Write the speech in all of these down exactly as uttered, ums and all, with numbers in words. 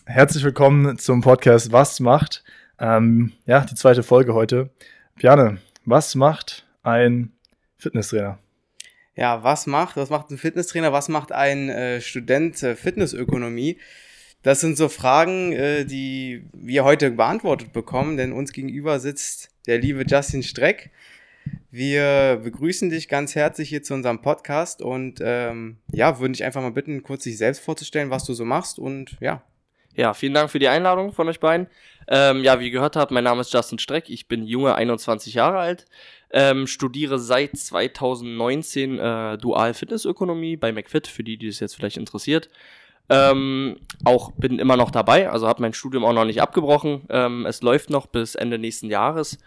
Herzlich willkommen zum Podcast Was macht? Ähm, ja, die zweite Folge heute. Bjarne, was macht ein Fitnesstrainer? Ja, was macht, was macht ein Fitnesstrainer, was macht ein äh, Student äh, Fitnessökonomie? Das sind so Fragen, äh, die wir heute beantwortet bekommen, denn uns gegenüber sitzt der liebe Justin Streck. Wir begrüßen dich ganz herzlich hier zu unserem Podcast und ähm, ja, würden dich einfach mal bitten, kurz dich selbst vorzustellen, was du so machst und ja. Ja, vielen Dank für die Einladung von euch beiden. Ähm, ja, wie ihr gehört habt, mein Name ist Justin Streck, ich bin junge, einundzwanzig Jahre alt, ähm, studiere seit zweitausendneunzehn äh, Dual Fitnessökonomie bei McFit, für die, die es jetzt vielleicht interessiert. Ähm, auch bin immer noch dabei, also habe mein Studium auch noch nicht abgebrochen. Ähm, es läuft noch bis Ende nächsten Jahres.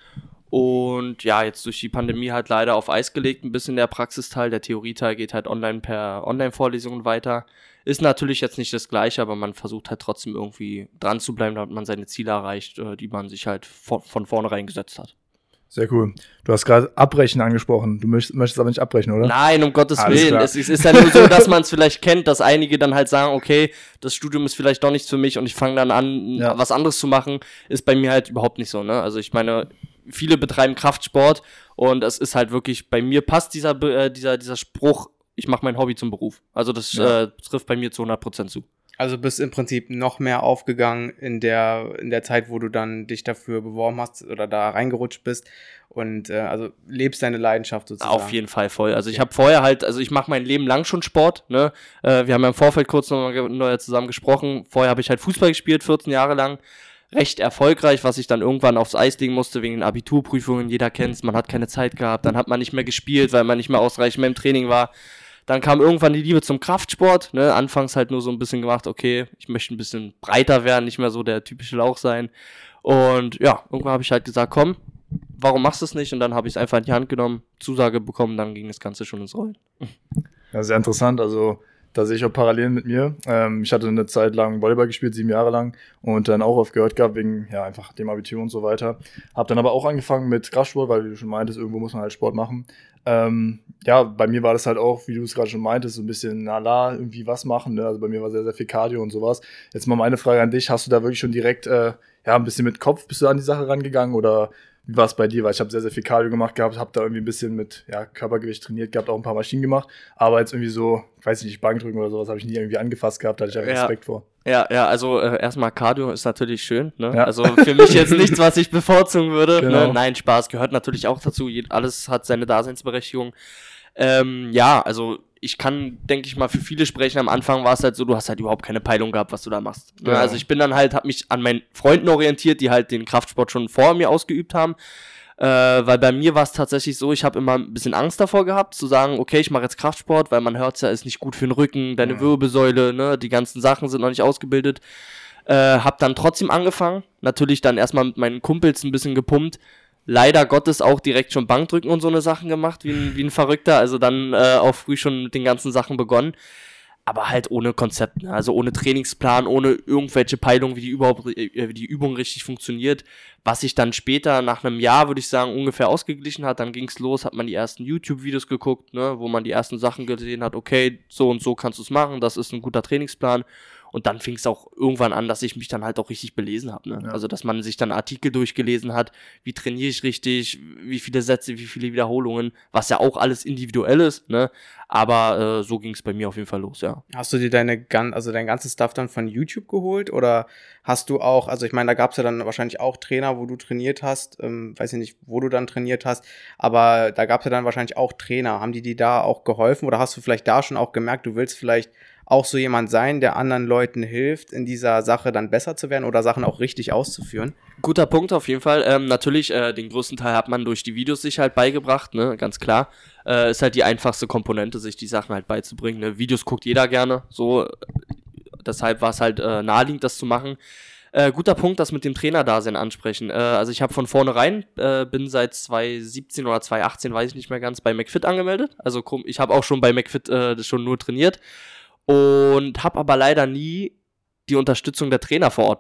Und ja, jetzt durch die Pandemie halt leider auf Eis gelegt, ein bisschen der Praxisteil, der Theorieteil geht halt online per Online-Vorlesungen weiter. Ist natürlich jetzt nicht das Gleiche, aber man versucht halt trotzdem irgendwie dran zu bleiben, damit man seine Ziele erreicht, die man sich halt von, von vornherein gesetzt hat. Sehr cool. Du hast gerade Abbrechen angesprochen. Du möchtest, möchtest aber nicht abbrechen, oder? Nein, um Gottes Alles Willen. klar. Es, es ist ja nur so, dass man es vielleicht kennt, dass einige dann halt sagen, okay, das Studium ist vielleicht doch nichts für mich und ich fange dann an, Ja. was anderes zu machen. Ist bei mir halt überhaupt nicht so, ne? Also ich meine, viele betreiben Kraftsport und es ist halt wirklich, bei mir passt dieser, äh, dieser, dieser Spruch, ich mache mein Hobby zum Beruf. Also das Ja. äh, trifft bei mir zu hundert Prozent zu. Also bist im Prinzip noch mehr aufgegangen in der in der Zeit, wo du dann dich dafür beworben hast oder da reingerutscht bist und äh, also lebst deine Leidenschaft sozusagen. Auf jeden Fall voll. Also ich habe vorher halt, also ich mache mein Leben lang schon Sport, ne? Äh, wir haben ja im Vorfeld kurz noch mal zusammen gesprochen. Vorher habe ich halt Fußball gespielt, vierzehn Jahre lang. Recht erfolgreich, was ich dann irgendwann aufs Eis legen musste wegen den Abiturprüfungen. Jeder kennt's, man hat keine Zeit gehabt. Dann hat man nicht mehr gespielt, weil man nicht mehr ausreichend mehr im Training war. Dann kam irgendwann die Liebe zum Kraftsport, ne? Anfangs halt nur so ein bisschen gemacht, okay, ich möchte ein bisschen breiter werden, nicht mehr so der typische Lauch sein. Und ja, irgendwann habe ich halt gesagt, komm, warum machst du es nicht? Und dann habe ich es einfach in die Hand genommen, Zusage bekommen, dann ging das Ganze schon ins Rollen. Ja, sehr interessant. Also da sehe ich auch Parallelen mit mir. Ähm, ich hatte eine Zeit lang Volleyball gespielt, sieben Jahre lang und dann auch aufgehört gehabt wegen ja einfach dem Abitur und so weiter. Hab dann aber auch angefangen mit Kraftsport, weil wie du schon meintest, irgendwo muss man halt Sport machen. Ähm, ja, bei mir war das halt auch, wie du es gerade schon meintest, so ein bisschen na la, irgendwie was machen. Ne? Also bei mir war sehr, sehr viel Cardio und sowas. Jetzt mal meine Frage an dich, hast du da wirklich schon direkt äh, ja ein bisschen mit Kopf, bist du an die Sache rangegangen oder wie war es bei dir? Weil ich habe sehr, sehr viel Cardio gemacht gehabt, habe da irgendwie ein bisschen mit ja, Körpergewicht trainiert gehabt, auch ein paar Maschinen gemacht. Aber jetzt irgendwie so, ich weiß nicht, Bankdrücken oder sowas habe ich nie irgendwie angefasst gehabt, da hatte ich einfach Ja. Respekt vor. Ja, ja, also äh, erstmal Cardio ist natürlich schön, ne? Ja. Also für mich jetzt nichts, was ich bevorzugen würde. Genau. Ne? Nein, Spaß gehört natürlich auch dazu. Je- Alles hat seine Daseinsberechtigung. Ähm, ja, also ich kann, denke ich mal, für viele sprechen. Am Anfang war es halt so, du hast halt überhaupt keine Peilung gehabt, was du da machst. Ne? Ja. Also ich bin dann halt, habe mich an meinen Freunden orientiert, die halt den Kraftsport schon vor mir ausgeübt haben. Äh, weil bei mir war es tatsächlich so, ich habe immer ein bisschen Angst davor gehabt, zu sagen, okay, ich mache jetzt Kraftsport, weil man hört es ja, ist nicht gut für den Rücken, deine Mhm. Wirbelsäule, ne, die ganzen Sachen sind noch nicht ausgebildet. Äh, hab dann trotzdem angefangen, natürlich dann erstmal mit meinen Kumpels ein bisschen gepumpt, leider Gottes auch direkt schon Bankdrücken und so eine Sachen gemacht, wie ein, wie ein Verrückter, also dann äh, auch früh schon mit den ganzen Sachen begonnen. Aber halt ohne Konzept, ne? Also ohne Trainingsplan, ohne irgendwelche Peilung, wie die überhaupt, äh, wie die Übung richtig funktioniert. Was sich dann später nach einem Jahr, würde ich sagen, ungefähr ausgeglichen hat. Dann ging's los, hat man die ersten YouTube-Videos geguckt, ne? Wo man die ersten Sachen gesehen hat, okay, so und so kannst du es machen, das ist ein guter Trainingsplan. Und dann fing es auch irgendwann an, dass ich mich dann halt auch richtig belesen habe. Ne? Ja. Also, dass man sich dann Artikel durchgelesen hat, wie trainiere ich richtig, wie viele Sätze, wie viele Wiederholungen, was ja auch alles individuell ist, ne? Aber äh, so ging es bei mir auf jeden Fall los, ja. Hast du dir deine gan- also dein ganzes Stuff dann von YouTube geholt oder hast du auch, also ich meine, da gab es ja dann wahrscheinlich auch Trainer, wo du trainiert hast, ähm, weiß ich nicht, wo du dann trainiert hast, aber da gab es ja dann wahrscheinlich auch Trainer. Haben die dir da auch geholfen oder hast du vielleicht da schon auch gemerkt, du willst vielleicht auch so jemand sein, der anderen Leuten hilft, in dieser Sache dann besser zu werden oder Sachen auch richtig auszuführen? Guter Punkt auf jeden Fall. Ähm, natürlich, äh, den größten Teil hat man durch die Videos sich halt beigebracht, ne, ganz klar. Äh, ist halt die einfachste Komponente, sich die Sachen halt beizubringen. Ne? Videos guckt jeder gerne, so. Deshalb war es halt äh, naheliegend, das zu machen. Äh, guter Punkt, das mit dem Trainerdasein ansprechen. Äh, also ich habe von vornherein, äh, bin seit zwanzig siebzehn oder zwanzig achtzehn, weiß ich nicht mehr ganz, bei McFit angemeldet. Also ich habe auch schon bei McFit äh, das schon nur trainiert und habe aber leider nie die Unterstützung der Trainer vor Ort bekommen.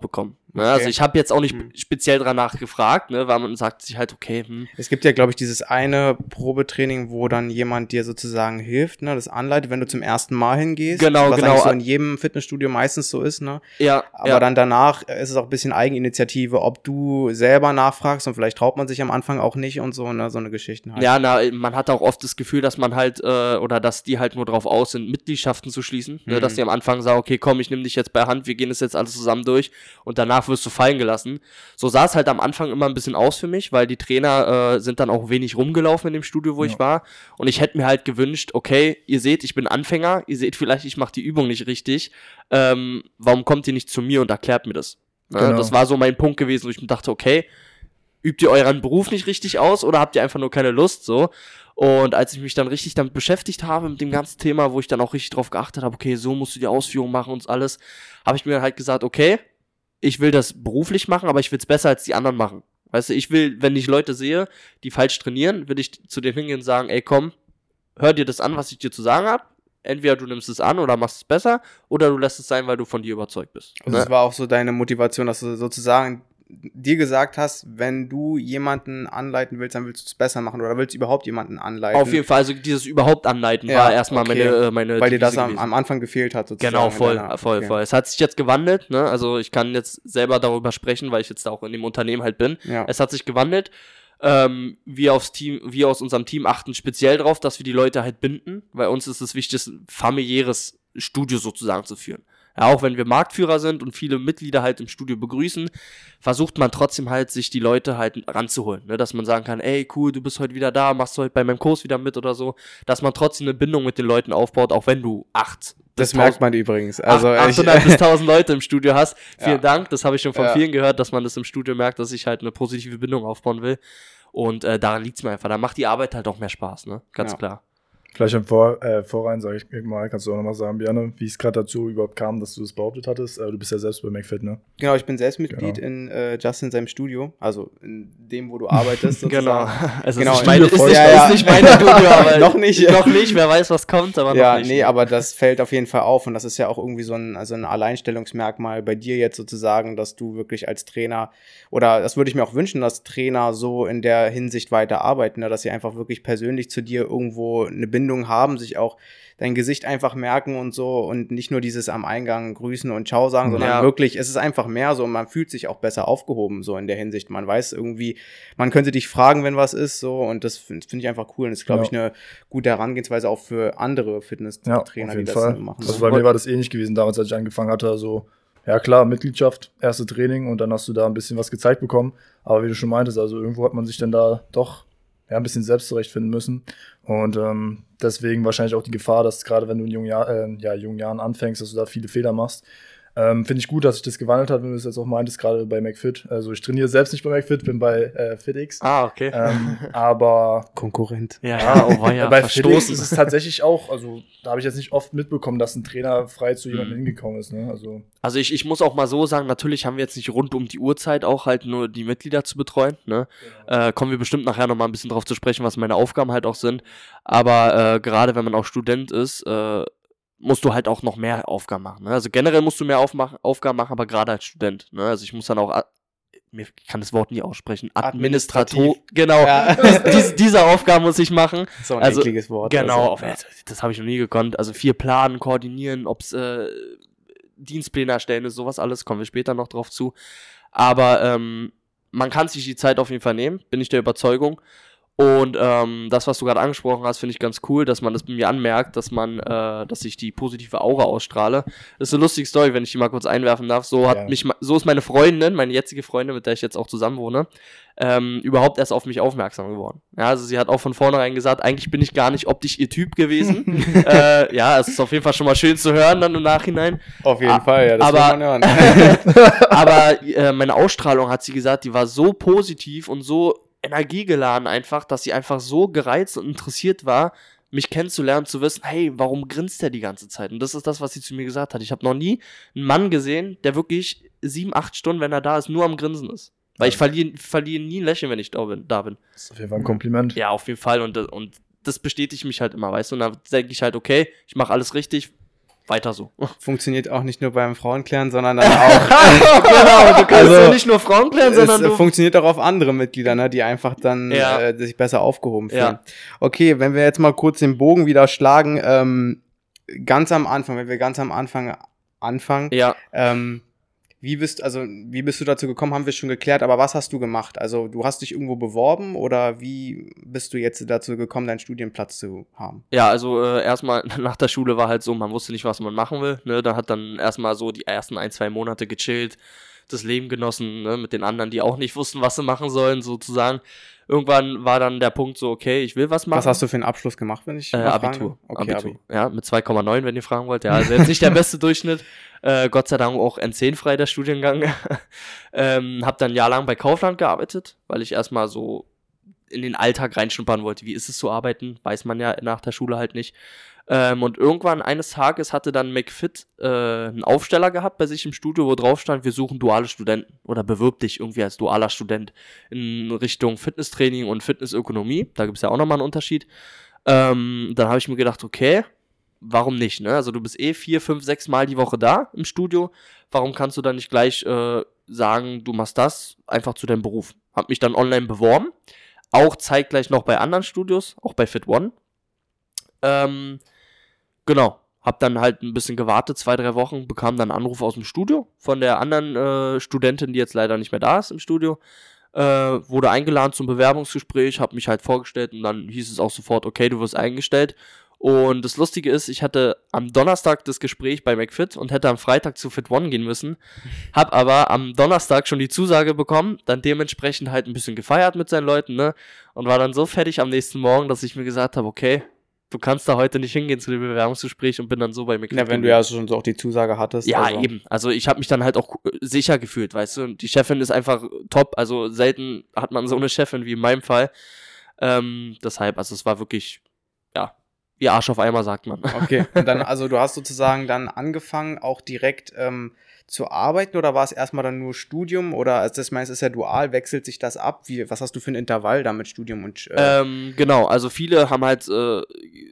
Ne? Okay. Also ich habe jetzt auch nicht hm. speziell danach gefragt, ne, weil man sagt sich halt, okay. Hm. Es gibt ja, glaube ich, dieses eine Probetraining, wo dann jemand dir sozusagen hilft, ne, das anleitet, wenn du zum ersten Mal hingehst. Genau, was genau. eigentlich so in jedem Fitnessstudio meistens so ist, ne? Ja. Aber ja. dann danach ist es auch ein bisschen Eigeninitiative, ob du selber nachfragst und vielleicht traut man sich am Anfang auch nicht und so, ne, so eine Geschichten halt. Ja, na, man hat auch oft das Gefühl, dass man halt, äh, oder dass die halt nur drauf aus sind, Mitgliedschaften zu schließen, mhm. ne, dass die am Anfang sagen, okay, komm, ich nehme dich jetzt bei Hand, wir gehen das jetzt alles zusammen durch und danach wirst du fallen gelassen. So sah es halt am Anfang immer ein bisschen aus für mich, weil die Trainer äh, sind dann auch wenig rumgelaufen in dem Studio, wo ja. ich war. Und ich hätte mir halt gewünscht, okay, ihr seht, ich bin Anfänger, ihr seht vielleicht, ich mache die Übung nicht richtig. Ähm, warum kommt ihr nicht zu mir und erklärt mir das? Ne? Genau. Das war so mein Punkt gewesen, wo ich mir dachte, okay, übt ihr euren Beruf nicht richtig aus oder habt ihr einfach nur keine Lust? So. Und als ich mich dann richtig damit beschäftigt habe, mit dem ganzen Thema, wo ich dann auch richtig drauf geachtet habe, okay, so musst du die Ausführung machen und alles, habe ich mir dann halt gesagt, okay, ich will das beruflich machen, aber ich will es besser als die anderen machen. Weißt du, ich will, wenn ich Leute sehe, die falsch trainieren, will ich zu denen hingehen und sagen, ey komm, hör dir das an, was ich dir zu sagen habe. Entweder du nimmst es an oder machst es besser, oder du lässt es sein, weil du von dir überzeugt bist. Also ne? Das war auch so deine Motivation, dass du sozusagen dir gesagt hast, wenn du jemanden anleiten willst, dann willst du es besser machen oder willst du überhaupt jemanden anleiten? Auf jeden Fall, also dieses überhaupt anleiten ja, war erstmal okay. meine meine Weil dir das am, am Anfang gefehlt hat sozusagen. Genau, voll, deiner, voll, okay. voll. Es hat sich jetzt gewandelt, ne? Also ich kann jetzt selber darüber sprechen, weil ich jetzt auch in dem Unternehmen halt bin. Ja. Es hat sich gewandelt. Ähm, wir aufs Team, wir aus unserem Team achten speziell darauf, dass wir die Leute halt binden. Bei uns ist es wichtig, ein familiäres Studio sozusagen zu führen. Ja, auch wenn wir Marktführer sind und viele Mitglieder halt im Studio begrüßen, versucht man trotzdem halt, sich die Leute halt ranzuholen, ne? Dass man sagen kann, ey, cool, du bist heute wieder da, machst du heute bei meinem Kurs wieder mit oder so, dass man trotzdem eine Bindung mit den Leuten aufbaut, auch wenn du acht Das merkt man übrigens. Also achthundert bis tausend Leute im Studio hast. Vielen ja. Dank, das habe ich schon von ja. vielen gehört, dass man das im Studio merkt, dass ich halt eine positive Bindung aufbauen will. Und äh, daran liegt es mir einfach. Da macht die Arbeit halt auch mehr Spaß, ne? Ganz ja. klar. Vielleicht im Vor, äh, Vorrein, sage ich mal, kannst du auch nochmal sagen, Bjarne, wie es gerade dazu überhaupt kam, dass du das behauptet hattest. Äh, du bist ja selbst bei McFit, ne? Genau, ich bin selbst Mitglied genau. in äh, Justin seinem Studio, also in dem, wo du arbeitest. Sozusagen. Genau. Also genau. Ist, meine, ist, nicht, ja, ja. ist nicht meine Studioarbeit. Noch nicht. Noch nicht, wer weiß, was kommt, aber ja, noch nicht. Ja, nee, aber das fällt auf jeden Fall auf und das ist ja auch irgendwie so ein, also ein Alleinstellungsmerkmal bei dir jetzt sozusagen, dass du wirklich als Trainer, oder das würde ich mir auch wünschen, dass Trainer so in der Hinsicht weiter arbeiten, ne, dass sie einfach wirklich persönlich zu dir irgendwo eine Bindung haben, sich auch dein Gesicht einfach merken und so und nicht nur dieses am Eingang grüßen und Ciao sagen, sondern ja. wirklich, es ist einfach mehr so und man fühlt sich auch besser aufgehoben so in der Hinsicht. Man weiß irgendwie, man könnte dich fragen, wenn was ist so und das finde find ich einfach cool und das ist, glaube ja. ich, eine gute Herangehensweise auch für andere Fitnesstrainer, ja, die das Fall. machen. Also bei mir war das ähnlich gewesen damals, als ich angefangen hatte, also ja klar, Mitgliedschaft, erste Training und dann hast du da ein bisschen was gezeigt bekommen, aber wie du schon meintest, also irgendwo hat man sich dann da doch ja, ein bisschen selbst zurechtfinden müssen. Und ähm, deswegen wahrscheinlich auch die Gefahr, dass gerade wenn du in jungen, Jahr, äh, ja, jungen Jahren anfängst, dass du da viele Fehler machst. Ähm, Finde ich gut, dass sich das gewandelt hat, wenn du es jetzt auch meintest, gerade bei McFit. Also ich trainiere selbst nicht bei McFit, bin bei äh, FitX. Ah, okay. Ähm, aber Konkurrent. Ja, ja, oh, war ja bei FitX ist es tatsächlich auch, also da habe ich jetzt nicht oft mitbekommen, dass ein Trainer frei zu jemandem mhm. hingekommen ist. Ne? Also, also ich, ich muss auch mal so sagen, natürlich haben wir jetzt nicht rund um die Uhrzeit auch halt nur die Mitglieder zu betreuen. Ne? Genau. Äh, kommen wir bestimmt nachher nochmal ein bisschen drauf zu sprechen, was meine Aufgaben halt auch sind. Aber äh, gerade wenn man auch Student ist, äh, musst du halt auch noch mehr Aufgaben machen. Ne? Also generell musst du mehr Aufmach- Aufgaben machen, aber gerade als Student. Ne? Also ich muss dann auch, mir kann das Wort nie aussprechen, Administrator, genau, ja. Dies, diese Aufgaben muss ich machen. So ein also, ekliges Wort. Genau, also, ja. das habe ich noch nie gekonnt. Also viel planen, koordinieren, ob es äh, Dienstpläne erstellen ist, sowas alles, kommen wir später noch drauf zu. Aber ähm, man kann sich die Zeit auf jeden Fall nehmen, bin ich der Überzeugung. Und ähm, das, was du gerade angesprochen hast, finde ich ganz cool, dass man das bei mir anmerkt, dass man, äh, dass ich die positive Aura ausstrahle. Das ist eine lustige Story, wenn ich die mal kurz einwerfen darf. So hat ja. mich, so ist meine Freundin, meine jetzige Freundin, mit der ich jetzt auch zusammen wohne, ähm, überhaupt erst auf mich aufmerksam geworden. Ja, also sie hat auch von vornherein gesagt, eigentlich bin ich gar nicht optisch ihr Typ gewesen. äh, ja, es ist auf jeden Fall schon mal schön zu hören dann im Nachhinein. Auf jeden ah, Fall, ja, das aber, will man hören. aber äh, meine Ausstrahlung, hat sie gesagt, die war so positiv und so energiegeladen einfach, dass sie einfach so gereizt und interessiert war, mich kennenzulernen, zu wissen, hey, warum grinst der die ganze Zeit? Und das ist das, was sie zu mir gesagt hat. Ich habe noch nie einen Mann gesehen, der wirklich sieben, acht Stunden, wenn er da ist, nur am Grinsen ist. Weil ja. ich verliere, verliere nie ein Lächeln, wenn ich da bin, da bin. Das ist auf jeden Fall ein Kompliment. Ja, auf jeden Fall. Und, und das bestätigt mich halt immer, weißt du? Und dann denke ich halt, okay, ich mache alles richtig. weiter so. Funktioniert auch nicht nur beim Frauenklären, sondern dann auch. Genau, du kannst Also, ja nicht nur Frauen klären, sondern es du... funktioniert auch auf andere Mitglieder, ne, die einfach dann Ja. äh, sich besser aufgehoben fühlen. Ja. Okay, wenn wir jetzt mal kurz den Bogen wieder schlagen, ähm, ganz am Anfang, wenn wir ganz am Anfang anfangen, Ja, ähm, wie bist, also, wie bist du dazu gekommen, haben wir schon geklärt, aber was hast du gemacht? Also, du hast dich irgendwo beworben oder wie bist du jetzt dazu gekommen, deinen Studienplatz zu haben? ja, also äh, erstmal nach der Schule war halt so, man wusste nicht, was man machen will, ne, da hat dann erstmal so die ersten ein, zwei Monate gechillt, das Leben genossen, ne, mit den anderen, die auch nicht wussten, was sie machen sollen, sozusagen. Irgendwann war dann der Punkt so, okay, ich will was machen. Was hast du für einen Abschluss gemacht, wenn ich Äh, mal fragen Abitur. darf? Okay, Abitur. Abi. Ja, mit zwei Komma neun, wenn ihr fragen wollt. Ja, also jetzt nicht der beste Durchschnitt. Äh, Gott sei Dank auch N zehn frei, der Studiengang. ähm, hab dann ein Jahr lang bei Kaufland gearbeitet, weil ich erstmal so in den Alltag reinschnuppern wollte. Wie ist es zu arbeiten? Weiß man ja nach der Schule halt nicht. Ähm, und irgendwann eines Tages hatte dann McFit äh, einen Aufsteller gehabt bei sich im Studio, wo drauf stand, wir suchen duale Studenten oder bewirb dich irgendwie als dualer Student in Richtung Fitnesstraining und Fitnessökonomie. Da gibt es ja auch nochmal einen Unterschied. Ähm, dann habe ich mir gedacht, okay, warum nicht, ne? Also du bist eh vier, fünf, sechs Mal die Woche da im Studio. Warum kannst du dann nicht gleich äh, sagen, du machst das einfach zu deinem Beruf? Hab mich dann online beworben. Auch zeitgleich noch bei anderen Studios, auch bei Fit One. Ähm, genau. Hab dann halt ein bisschen gewartet, zwei, drei Wochen, bekam dann einen Anruf aus dem Studio von der anderen äh, Studentin, die jetzt leider nicht mehr da ist im Studio. Äh, wurde eingeladen zum Bewerbungsgespräch, hab mich halt vorgestellt und dann hieß es auch sofort, okay, du wirst eingestellt. Und das Lustige ist, ich hatte am Donnerstag das Gespräch bei McFit und hätte am Freitag zu Fit One gehen müssen. Hab aber am Donnerstag schon die Zusage bekommen, dann dementsprechend halt ein bisschen gefeiert mit seinen Leuten, ne? Und war dann so fertig am nächsten Morgen, dass ich mir gesagt habe, okay, du kannst da heute nicht hingehen zu dem Bewerbungsgespräch und bin dann so bei McFit. Ja, wenn du ja schon so auch die Zusage hattest. Ja, also. eben. Also ich habe mich dann halt auch sicher gefühlt, weißt du. Und die Chefin ist einfach top. Also selten hat man so eine Chefin wie in meinem Fall. Ähm, deshalb, also es war wirklich, ja, ihr Arsch auf Eimer, sagt man. Okay, und dann, also du hast sozusagen dann angefangen, auch direkt ähm, zu arbeiten oder war es erstmal dann nur Studium oder also das meinst, ist ja dual, wechselt sich das ab? Wie, was hast du für ein Intervall da mit Studium und äh, Ähm, genau, also viele haben halt äh,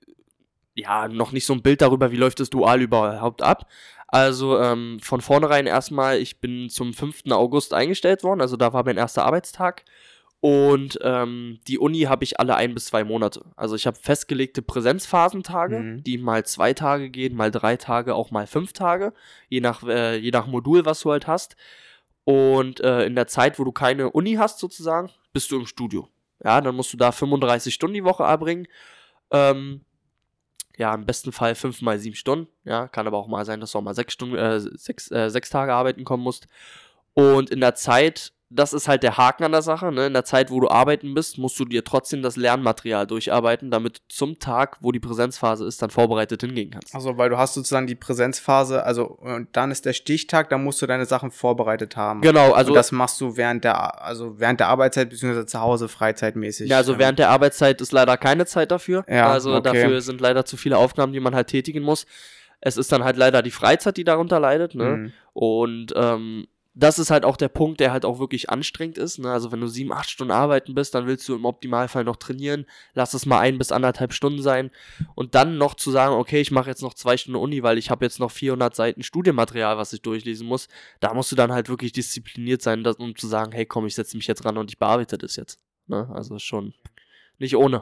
ja noch nicht so ein Bild darüber, wie läuft das dual überhaupt ab. Also ähm, von vornherein erstmal, ich bin zum fünften August eingestellt worden, also da war mein erster Arbeitstag. Und ähm, die Uni habe ich alle ein bis zwei Monate. Also ich habe festgelegte Präsenzphasentage, Mhm. die mal zwei Tage gehen, mal drei Tage, auch mal fünf Tage, je nach, äh, je nach Modul, was du halt hast. Und äh, in der Zeit, wo du keine Uni hast sozusagen, bist du im Studio. Ja, dann musst du da fünfunddreißig Stunden die Woche erbringen. Ähm, ja, im besten Fall fünf mal sieben Stunden. Ja, kann aber auch mal sein, dass du auch mal sechs Stunden, äh, sechs, äh, sechs Tage arbeiten kommen musst. Und in der Zeit, das ist halt der Haken an der Sache, ne? In der Zeit, wo du arbeiten bist, musst du dir trotzdem das Lernmaterial durcharbeiten, damit du zum Tag, wo die Präsenzphase ist, dann vorbereitet hingehen kannst. also weil du hast sozusagen die Präsenzphase, also und dann ist der Stichtag, da musst du deine Sachen vorbereitet haben. Genau, also, und das machst du während der, also während der Arbeitszeit beziehungsweise zu Hause freizeitmäßig. ja, also ähm, während der Arbeitszeit ist leider keine Zeit dafür. Ja, also okay. dafür sind leider zu viele Aufgaben, die man halt tätigen muss. Es ist dann halt leider die Freizeit, die darunter leidet, ne? Mhm. Und ähm, das ist halt auch der Punkt, der halt auch wirklich anstrengend ist. Ne? Also wenn du sieben, acht Stunden arbeiten bist, dann willst du im Optimalfall noch trainieren. Lass es mal ein bis anderthalb Stunden sein. Und dann noch zu sagen, okay, ich mache jetzt noch zwei Stunden Uni, weil ich habe jetzt noch vierhundert Seiten Studienmaterial, was ich durchlesen muss. Da musst du dann halt wirklich diszipliniert sein, das, um zu sagen, hey komm, ich setze mich jetzt ran und ich bearbeite das jetzt. Ne? Also schon nicht ohne.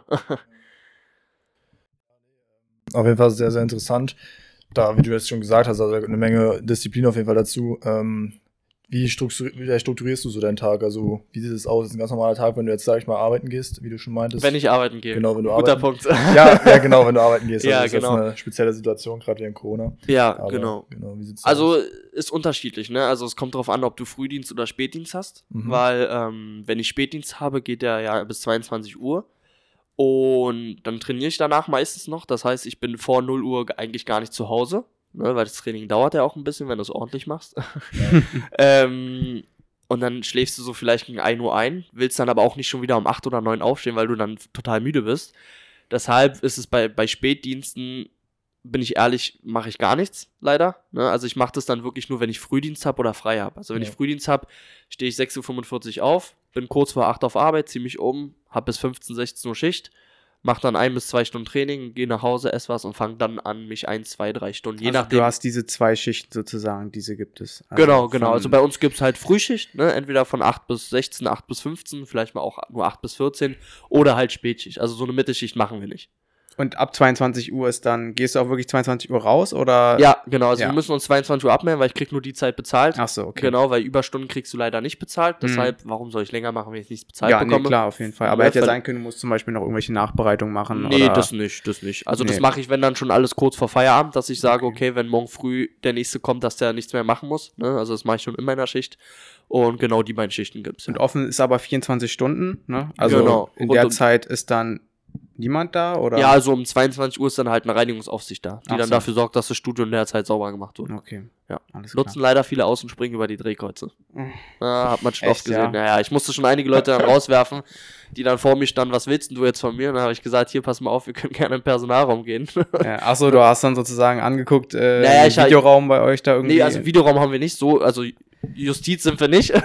Auf jeden Fall sehr, sehr interessant. Da, wie du jetzt schon gesagt hast, also eine Menge Disziplin auf jeden Fall dazu. Ähm, wie, strukturi- wie strukturierst du so deinen Tag? Also, wie sieht es aus? Ist ein ganz normaler Tag, wenn du jetzt, sag ich mal, arbeiten gehst, wie du schon meintest? Wenn ich arbeiten gehe. Genau, wenn du Guter arbeiten- Punkt. Ja, ja, genau, wenn du arbeiten gehst. Ja, Also, das genau. ist eine spezielle Situation, gerade während Corona. Ja, Aber, genau. genau wie sieht's Also aus? ist unterschiedlich, ne? Also es kommt darauf an, ob du Frühdienst oder Spätdienst hast, Mhm. weil ähm, wenn ich Spätdienst habe, geht der ja bis zweiundzwanzig Uhr und dann trainiere ich danach meistens noch. Das heißt, ich bin vor null Uhr eigentlich gar nicht zu Hause, ne? Weil das Training dauert ja auch ein bisschen, wenn du es ordentlich machst. ähm, und dann schläfst du so vielleicht gegen ein Uhr ein, willst dann aber auch nicht schon wieder um acht oder neun aufstehen, weil du dann total müde bist. Deshalb ist es bei, bei Spätdiensten, bin ich ehrlich, mache ich gar nichts, leider. Ne? Also ich mache das dann wirklich nur, wenn ich Frühdienst habe oder frei habe. Also wenn Ja. ich Frühdienst habe, stehe ich sechs Uhr fünfundvierzig auf, bin kurz vor acht auf Arbeit, ziehe mich um, habe bis fünfzehn, sechzehn Uhr Schicht, mach dann ein bis zwei Stunden Training, gehe nach Hause, esse was und fange dann an, mich ein, zwei, drei Stunden, je also nachdem. Du hast diese zwei Schichten sozusagen, diese gibt es. Also genau, genau. von- Also bei uns gibt's halt Frühschicht, ne? Entweder von acht bis sechzehn, acht bis fünfzehn, vielleicht mal auch nur acht bis vierzehn oder halt Spätschicht. Also so eine Mittelschicht machen wir nicht. Und ab zweiundzwanzig Uhr ist dann, gehst du auch wirklich zweiundzwanzig Uhr raus oder? Ja, genau. Also ja. wir müssen uns zweiundzwanzig Uhr abmelden, weil ich krieg nur die Zeit bezahlt. Ach so, okay. Genau, weil Überstunden kriegst du leider nicht bezahlt. Mhm. Deshalb, warum soll ich länger machen, wenn ich nichts bezahlt Ja, bekomme? nee, klar, auf jeden Fall. Aber Ja, hätte ja ver- sein können, du musst zum Beispiel noch irgendwelche Nachbereitungen machen. Nee, oder? das nicht, das nicht. Also das Nee. mache ich, wenn dann schon alles kurz vor Feierabend, dass ich sage, Okay. okay, wenn morgen früh der nächste kommt, dass der nichts mehr machen muss. Ne? Also das mache ich schon in meiner Schicht. Und genau die beiden Schichten gibt's. Und offen ist aber vierundzwanzig Stunden, ne? Also Genau. in Rund der um- Zeit ist dann niemand da, oder? Ja, also um zweiundzwanzig Uhr ist dann halt eine Reinigungsaufsicht da, die Ach dann so. dafür sorgt, dass das Studio in der Zeit sauber gemacht wird. Okay. Ja. Alles klar. Nutzen leider viele aus und springen über die Drehkreuze. Mhm. Ja, hat man schon Echt, oft gesehen. ja? Naja, ich musste schon einige Leute dann rauswerfen, die dann vor mir standen, was willst denn du jetzt von mir? Und dann habe ich gesagt, hier, pass mal auf, wir können gerne in den Personalraum gehen. Ja, achso, du hast dann sozusagen angeguckt, äh, Naja, den ich halt- Videoraum bei euch da irgendwie. Nee, also Videoraum haben wir nicht so, also Justiz sind wir nicht.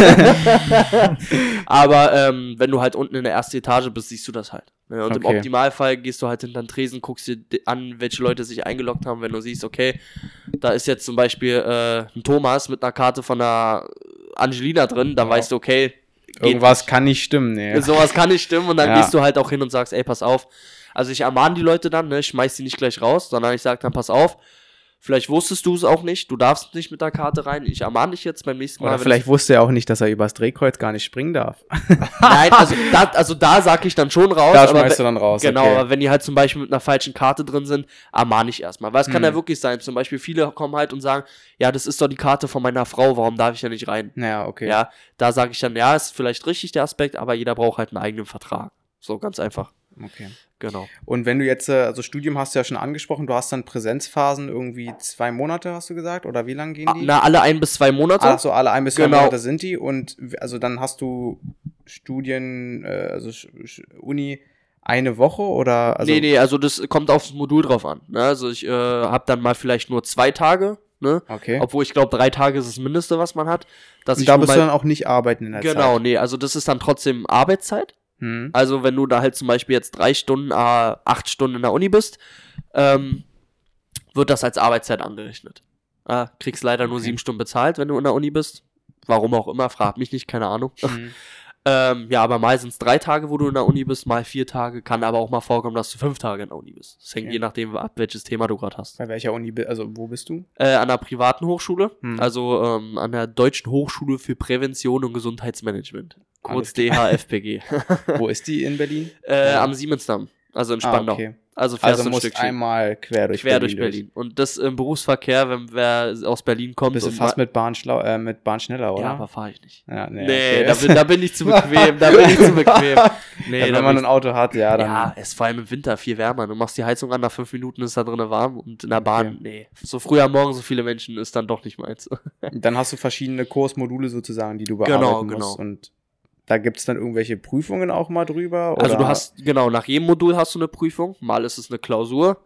Aber ähm, wenn du halt unten in der ersten Etage bist, siehst du das halt. Ne? Und Okay. im Optimalfall gehst du halt hinter den Tresen, guckst dir di- an, welche Leute sich eingeloggt haben. Wenn du siehst, okay, da ist jetzt zum Beispiel äh, ein Thomas mit einer Karte von einer Angelina drin, dann Ja. weißt du, okay, geht Irgendwas nicht. kann nicht stimmen, nee. Sowas kann nicht stimmen und dann Ja. gehst du halt auch hin und sagst, ey, pass auf. Also ich ermahne die Leute dann, ne, ich schmeiß die nicht gleich raus, sondern ich sag dann, pass auf, vielleicht wusstest du es auch nicht, du darfst nicht mit der Karte rein, ich ermahne dich jetzt beim nächsten Mal. Oder wenn vielleicht wusste er auch nicht, dass er übers Drehkreuz gar nicht springen darf. es- Nein, also da, also da sag ich dann schon raus. Da aber schmeißt wenn- du dann raus. Genau, okay. aber wenn die halt zum Beispiel mit einer falschen Karte drin sind, ermahne ich erstmal. Weil es kann Hm. ja wirklich sein, zum Beispiel viele kommen halt und sagen, ja, das ist doch die Karte von meiner Frau, warum darf ich ja nicht rein? Naja, okay. Ja, da sage ich dann, ja, ist vielleicht richtig der Aspekt, aber jeder braucht halt einen eigenen Vertrag. So ganz einfach. Okay. Genau. Und wenn du jetzt, äh, also Studium hast du ja schon angesprochen, du hast dann Präsenzphasen irgendwie zwei Monate, hast du gesagt? Oder wie lange gehen die? Na, alle ein bis zwei Monate. Ach so, alle ein bis zwei Genau. Monate sind die. Und w- also dann hast du Studien, äh, also Sch Sch Uni eine Woche oder? Also, nee, nee, also das kommt aufs Modul drauf an. Ne? Also ich äh, habe dann mal vielleicht nur zwei Tage, ne? Okay. Obwohl ich glaube, drei Tage ist das Mindeste, was man hat. Dass Und ich da nur bist du mal, dann auch nicht arbeiten in der Genau, Zeit. nee, also das ist dann trotzdem Arbeitszeit. Hm. Also wenn du da halt zum Beispiel jetzt drei Stunden, äh, acht Stunden in der Uni bist, ähm, wird das als Arbeitszeit angerechnet. Äh, kriegst leider nur Okay. sieben Stunden bezahlt, wenn du in der Uni bist. Warum auch immer, frag mich nicht, keine Ahnung. Hm. ähm, ja, aber mal sind es drei Tage, wo du in der Uni bist, mal vier Tage. Kann aber auch mal vorkommen, dass du fünf Tage in der Uni bist. Das hängt Okay. je nachdem ab, welches Thema du gerade hast. Bei welcher Uni, bi- also wo bist du? Äh, an einer privaten Hochschule, Hm. also ähm, an der Deutschen Hochschule für Prävention und Gesundheitsmanagement. Kurz Alles D H F P G. Wo ist die in Berlin? äh, Ja. Am Siemensdamm, also in Ah, Spandau. okay. Also fährst Also du ein musst Stückchen einmal quer durch quer Berlin durch Berlin. Und das im Berufsverkehr, wenn wer aus Berlin kommt. Bist du und fast ma- mit Bahn, schlau äh, mit Bahn schneller, oder? Ja, aber fahre ich nicht. Ja, nee, Nee, okay. da, bin, da bin ich zu bequem, da bin ich zu bequem. Nee, ja, da wenn man bin ein Auto hat, ja, ich, dann. ja, es ist vor allem im Winter viel wärmer. Du machst die Heizung an, nach fünf Minuten ist da drinnen warm und in der Bahn, Okay. nee. So früh am Morgen so viele Menschen ist dann doch nicht meins. Dann hast du verschiedene Kursmodule sozusagen, die du Genau, bearbeiten genau. musst. Und da gibt es dann irgendwelche Prüfungen auch mal drüber? Also oder? du hast, genau, nach jedem Modul hast du eine Prüfung. Mal ist es eine Klausur.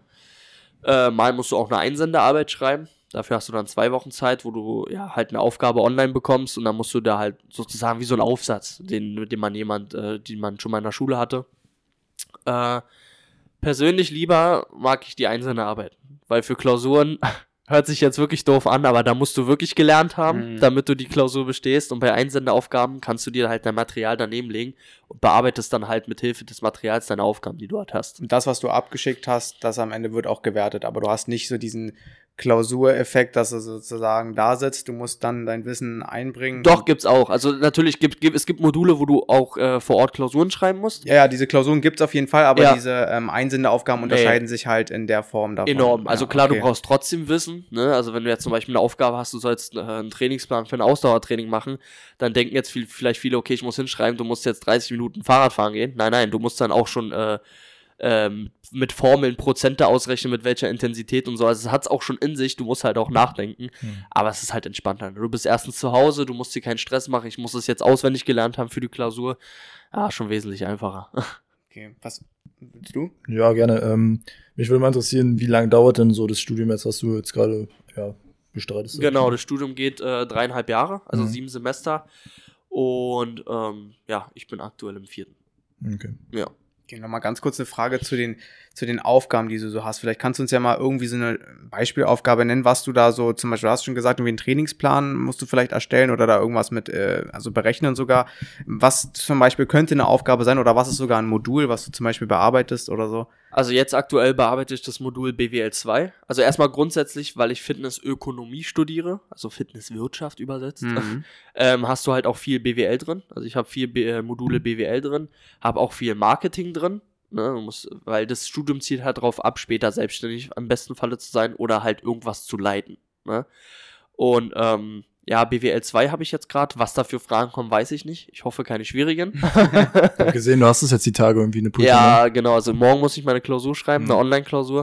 Äh, mal musst du auch eine Einsendearbeit schreiben. Dafür hast du dann zwei Wochen Zeit, wo du ja halt eine Aufgabe online bekommst und dann musst du da halt sozusagen wie so einen Aufsatz, den, den man jemand, äh, den man schon mal in der Schule hatte. Äh, persönlich lieber mag ich die Einsendearbeit, weil für Klausuren hört sich jetzt wirklich doof an, aber da musst du wirklich gelernt haben, Mhm. damit du die Klausur bestehst. Und bei Einsendeaufgaben kannst du dir halt dein Material daneben legen und bearbeitest dann halt mit Hilfe des Materials deine Aufgaben, die du halt hast. Und das, was du abgeschickt hast, das am Ende wird auch gewertet. Aber du hast nicht so diesen Klausureffekt, dass du sozusagen da sitzt. Du musst dann dein Wissen einbringen. Doch, gibt's auch. Also natürlich gibt, gibt es gibt Module, wo du auch äh, vor Ort Klausuren schreiben musst. Ja, ja, diese Klausuren gibt es auf jeden Fall, aber Ja. diese ähm, Einsendeaufgaben Nee. unterscheiden sich halt in der Form davon. Enorm. Also Ja, klar, okay. du brauchst trotzdem Wissen. Ne? Also wenn du jetzt zum Beispiel eine Aufgabe hast, du sollst äh, einen Trainingsplan für ein Ausdauertraining machen, dann denken jetzt viel, vielleicht viele, okay, ich muss hinschreiben, du musst jetzt dreißig Minuten Fahrrad fahren gehen. Nein, nein, du musst dann auch schon äh, ähm, mit Formeln Prozente ausrechnen, mit welcher Intensität und so. Also es hat es auch schon in sich, du musst halt auch nachdenken. Hm. Aber es ist halt entspannter. Du bist erstens zu Hause, du musst dir keinen Stress machen, ich muss es jetzt auswendig gelernt haben für die Klausur. Ah, schon wesentlich einfacher. Okay, was willst du? Ja, gerne. Ähm, mich würde mal interessieren, wie lange dauert denn so das Studium jetzt, was du jetzt gerade ja, bestreitest? Genau, das Studium geht äh, dreieinhalb Jahre, also Mhm. sieben Semester. Und ähm, ja, ich bin aktuell im vierten. Okay. Ja. Okay, nochmal ganz kurz eine Frage zu den, zu den Aufgaben, die du so hast. Vielleicht kannst du uns ja mal irgendwie so eine Beispielaufgabe nennen, was du da so, zum Beispiel, du hast schon gesagt, irgendwie einen Trainingsplan musst du vielleicht erstellen oder da irgendwas mit, äh, also berechnen sogar. Was zum Beispiel könnte eine Aufgabe sein oder was ist sogar ein Modul, was du zum Beispiel bearbeitest oder so? Also jetzt aktuell bearbeite ich das Modul B W L zwei. Also erstmal grundsätzlich, weil ich Fitnessökonomie studiere, also Fitnesswirtschaft übersetzt, Mhm. ähm, hast du halt auch viel B W L drin. Also ich habe vier B- äh, Module B W L drin, habe auch viel Marketing drin, ne, man muss, weil das Studium zielt halt darauf ab, später selbstständig am besten Falle zu sein oder halt irgendwas zu leiten. Ne? Und ähm, ja, B W L zwei habe ich jetzt gerade. Was da für Fragen kommen, weiß ich nicht. Ich hoffe, keine schwierigen. Ich habe gesehen, du hast es jetzt die Tage irgendwie eine Prüfung. Ja, genau. Also morgen muss ich meine Klausur schreiben, Mhm. eine Online-Klausur.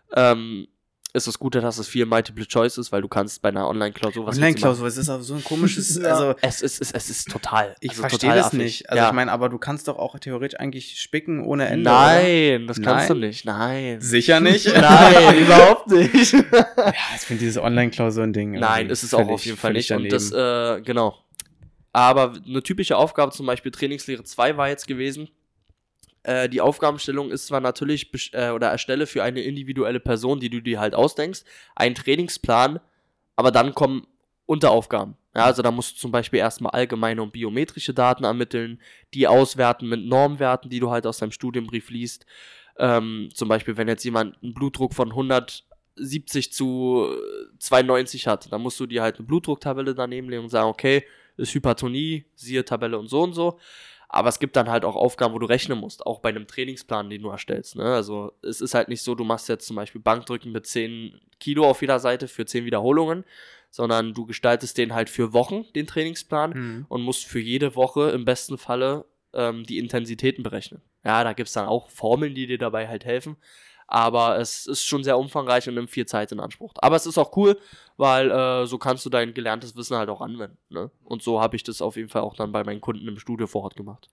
Ähm, ist das Gute, dass es viel Multiple Choice ist, weil du kannst bei einer Online-Klausur was Online-Klausur, es ist aber so ein komisches, Ja. also Es ist, es, es ist total. ich also verstehe total das affig. nicht. Also ja. ich meine, aber du kannst doch auch theoretisch eigentlich spicken ohne Ende, Nein, das kannst Nein? du nicht. Nein. oder? Sicher nicht? Nein, überhaupt nicht. Ja, ich finde dieses Online-Klausuren-Ding Nein, irgendwie ist es auch völlig- auf jeden Fall völlig nicht. Und das, daneben. äh, genau. Aber eine typische Aufgabe, zum Beispiel Trainingslehre zwei war jetzt gewesen. Äh, die Aufgabenstellung ist zwar natürlich bes- äh, oder erstelle für eine individuelle Person, die du dir halt ausdenkst, einen Trainingsplan, aber dann kommen Unteraufgaben. Ja, also da musst du zum Beispiel erstmal allgemeine und biometrische Daten ermitteln, die auswerten mit Normwerten, die du halt aus deinem Studienbrief liest. Ähm, zum Beispiel, wenn jetzt jemand einen Blutdruck von hundertsiebzig zu zweiundneunzig hat, dann musst du dir halt eine Blutdrucktabelle daneben legen und sagen, okay, ist Hypertonie, siehe Tabelle und so und so. Aber es gibt dann halt auch Aufgaben, wo du rechnen musst, auch bei einem Trainingsplan, den du erstellst. Ne? Also es ist halt nicht so, du machst jetzt zum Beispiel Bankdrücken mit zehn Kilo auf jeder Seite für zehn Wiederholungen, sondern du gestaltest den halt für Wochen, den Trainingsplan, Hm. und musst für jede Woche im besten Falle ähm, die Intensitäten berechnen. Ja, da gibt es dann auch Formeln, die dir dabei halt helfen. Aber es ist schon sehr umfangreich und nimmt viel Zeit in Anspruch. Aber es ist auch cool, weil äh, so kannst du dein gelerntes Wissen halt auch anwenden. Ne? Und so habe ich das auf jeden Fall auch dann bei meinen Kunden im Studio vor Ort gemacht.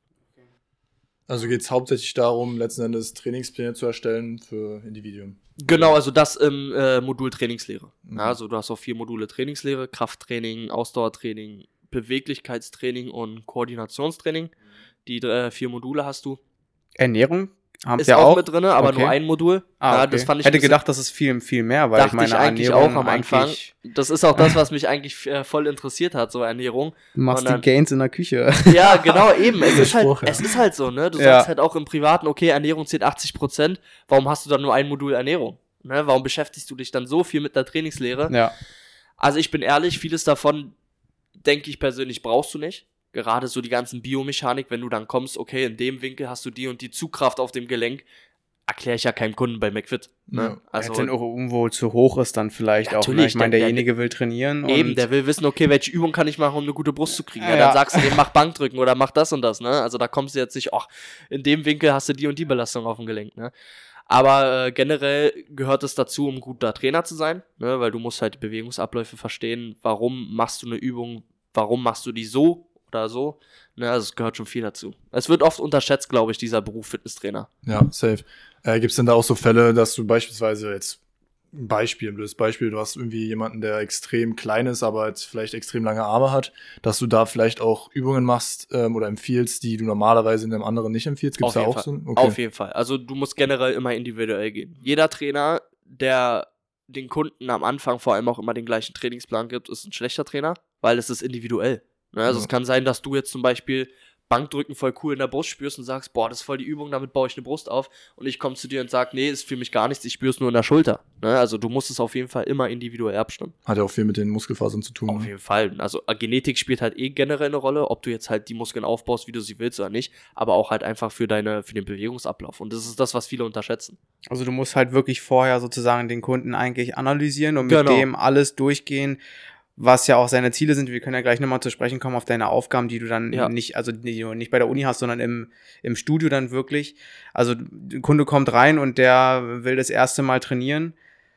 Also geht es hauptsächlich darum, letzten Endes Trainingspläne zu erstellen für Individuen. Genau, also das im äh, Modul Trainingslehre. Mhm. Ja, also du hast auch vier Module Trainingslehre, Krafttraining, Ausdauertraining, Beweglichkeitstraining und Koordinationstraining. Die äh, vier Module hast du. Ernährung haben Ist wir auch, auch. mit drin, aber Okay. nur ein Modul. Ah, Ja, okay. das fand ich Hätte ein bisschen- gedacht, das ist viel, viel mehr, weil ich Dachte meine ich eigentlich Ernährung auch am Anfang. eigentlich- Das ist auch das, was mich eigentlich äh, voll interessiert hat, so Ernährung. Du machst Und dann- die Gains in der Küche. Ja, genau, eben. Es ist, halt, Spruch, ja. es ist halt so, ne? Du Ja. sagst halt auch im Privaten, okay, Ernährung zählt achtzig Prozent. Warum hast du dann nur ein Modul Ernährung? Ne? Warum beschäftigst du dich dann so viel mit der Trainingslehre? Ja. Also ich bin ehrlich, vieles davon, denke ich persönlich, brauchst du nicht. Gerade so die ganzen Biomechanik, wenn du dann kommst, okay, in dem Winkel hast du die und die Zugkraft auf dem Gelenk, erkläre ich ja keinem Kunden bei McFit. Ne? Ja. Also, Also wenn auch irgendwo zu hoch ist, dann vielleicht Ja, auch. Ne? natürlich, Ich meine, der- der- derjenige will trainieren. eben, und der will wissen, okay, welche Übung kann ich machen, um eine gute Brust zu kriegen. Ja, Ja. dann sagst du dem, mach Bankdrücken oder mach das und das, ne? Also da kommst du jetzt nicht, ach, in dem Winkel hast du die und die Belastung auf dem Gelenk, ne? Aber äh, generell gehört es dazu, um guter Trainer zu sein, ne? Weil du musst halt die Bewegungsabläufe verstehen, warum machst du eine Übung, warum machst du die so oder so, ne? Also es gehört schon viel dazu. Es wird oft unterschätzt, glaube ich, dieser Beruf Fitnesstrainer. Ja, safe. Äh, Gibt es denn da auch so Fälle, dass du beispielsweise jetzt ein Beispiel, ein blödes Beispiel, du hast irgendwie jemanden, der extrem klein ist, aber jetzt vielleicht extrem lange Arme hat, dass du da vielleicht auch Übungen machst ähm, oder empfiehlst, die du normalerweise in einem anderen nicht empfiehlst? Gibt es da jeden auch Fall. so? Auf jeden Fall. Also du musst generell immer individuell gehen. Jeder Trainer, der den Kunden am Anfang vor allem auch immer den gleichen Trainingsplan gibt, ist ein schlechter Trainer, weil es ist individuell. Ne? Also Ja. es kann sein, dass du jetzt zum Beispiel Bankdrücken voll cool in der Brust spürst und sagst, boah, das ist voll die Übung, damit baue ich eine Brust auf, und ich komme zu dir und sag, nee, ist für mich gar nichts, ich spüre es nur in der Schulter. Ne? Also du musst es auf jeden Fall immer individuell abstimmen. Hat ja auch viel mit den Muskelfasern zu tun. Auf ne? jeden Fall. Also äh, Genetik spielt halt eh generell eine Rolle, ob du jetzt halt die Muskeln aufbaust, wie du sie willst oder nicht, aber auch halt einfach für deine, für den Bewegungsablauf. Und das ist das, was viele unterschätzen. Also du musst halt wirklich vorher sozusagen den Kunden eigentlich analysieren und Genau. mit dem alles durchgehen, was ja auch seine Ziele sind. Wir können ja gleich nochmal zu sprechen kommen auf deine Aufgaben, die du dann Ja. nicht, also die du nicht bei der Uni hast, sondern im, im Studio dann wirklich. Also der Kunde kommt rein und der will das erste Mal trainieren.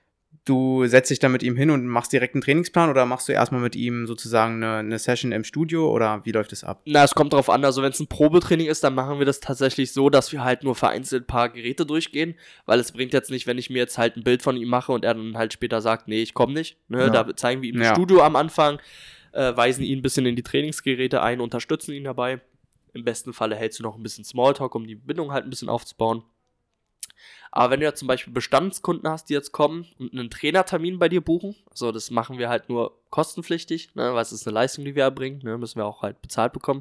Du setzt dich dann mit ihm hin und machst direkt einen Trainingsplan, oder machst du erstmal mit ihm sozusagen eine, eine Session im Studio, oder wie läuft es ab? Na, es kommt drauf an, also wenn es ein Probetraining ist, dann machen wir das tatsächlich so, dass wir halt nur vereinzelt ein paar Geräte durchgehen, weil es bringt jetzt nicht, wenn ich mir jetzt halt ein Bild von ihm mache und er dann halt später sagt, nee, ich komme nicht, ne? Ja. Da zeigen wir ihm Ja. das Studio am Anfang, äh, weisen ihn ein bisschen in die Trainingsgeräte ein, unterstützen ihn dabei, Im besten Falle hältst du noch ein bisschen Smalltalk, um die Bindung halt ein bisschen aufzubauen. Aber wenn du ja zum Beispiel Bestandskunden hast, die jetzt kommen und einen Trainertermin bei dir buchen, also das machen wir halt nur kostenpflichtig, ne, weil es ist eine Leistung, die wir erbringen, ne, müssen wir auch halt bezahlt bekommen.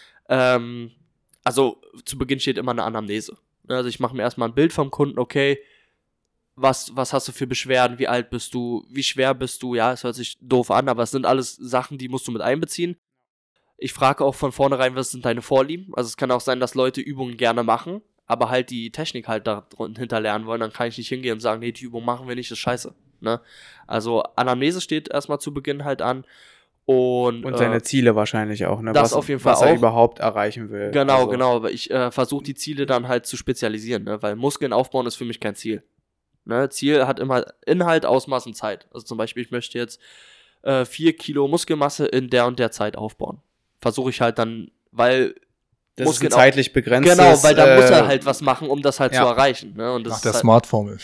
Ähm, also zu Beginn steht immer eine Anamnese. Also ich mache mir erstmal ein Bild vom Kunden, okay, was, was hast du für Beschwerden, wie alt bist du, wie schwer bist du, ja, es hört sich doof an, aber es sind alles Sachen, die musst du mit einbeziehen. Ich frage auch von vornherein, was sind deine Vorlieben, also es kann auch sein, dass Leute Übungen gerne machen, aber halt die Technik halt dahinter lernen wollen, dann kann ich nicht hingehen und sagen, nee, die Übung machen wir nicht, das ist scheiße, ne? Also Anamnese steht erstmal zu Beginn halt an. Und, und seine äh, Ziele wahrscheinlich auch, ne? Das was, auf jeden Fall was er auch. überhaupt erreichen will. Genau, also. genau, aber ich äh, versuche die Ziele dann halt zu spezialisieren, ne? Weil Muskeln aufbauen ist für mich kein Ziel. Ne? Ziel hat immer Inhalt, Ausmaß und Zeit. Also zum Beispiel, ich möchte jetzt äh, vier Kilo Muskelmasse in der und der Zeit aufbauen. Versuche ich halt dann, weil das Muskeln ist ein zeitlich begrenzt. Genau, weil da äh, muss er halt was machen, um das halt ja. zu erreichen. Ne? Und das Nach ist der halt, Smart-Formel.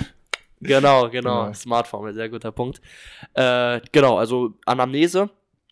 Genau, genau, Genau. Smart-Formel, sehr guter Punkt. Äh, genau, also Anamnese.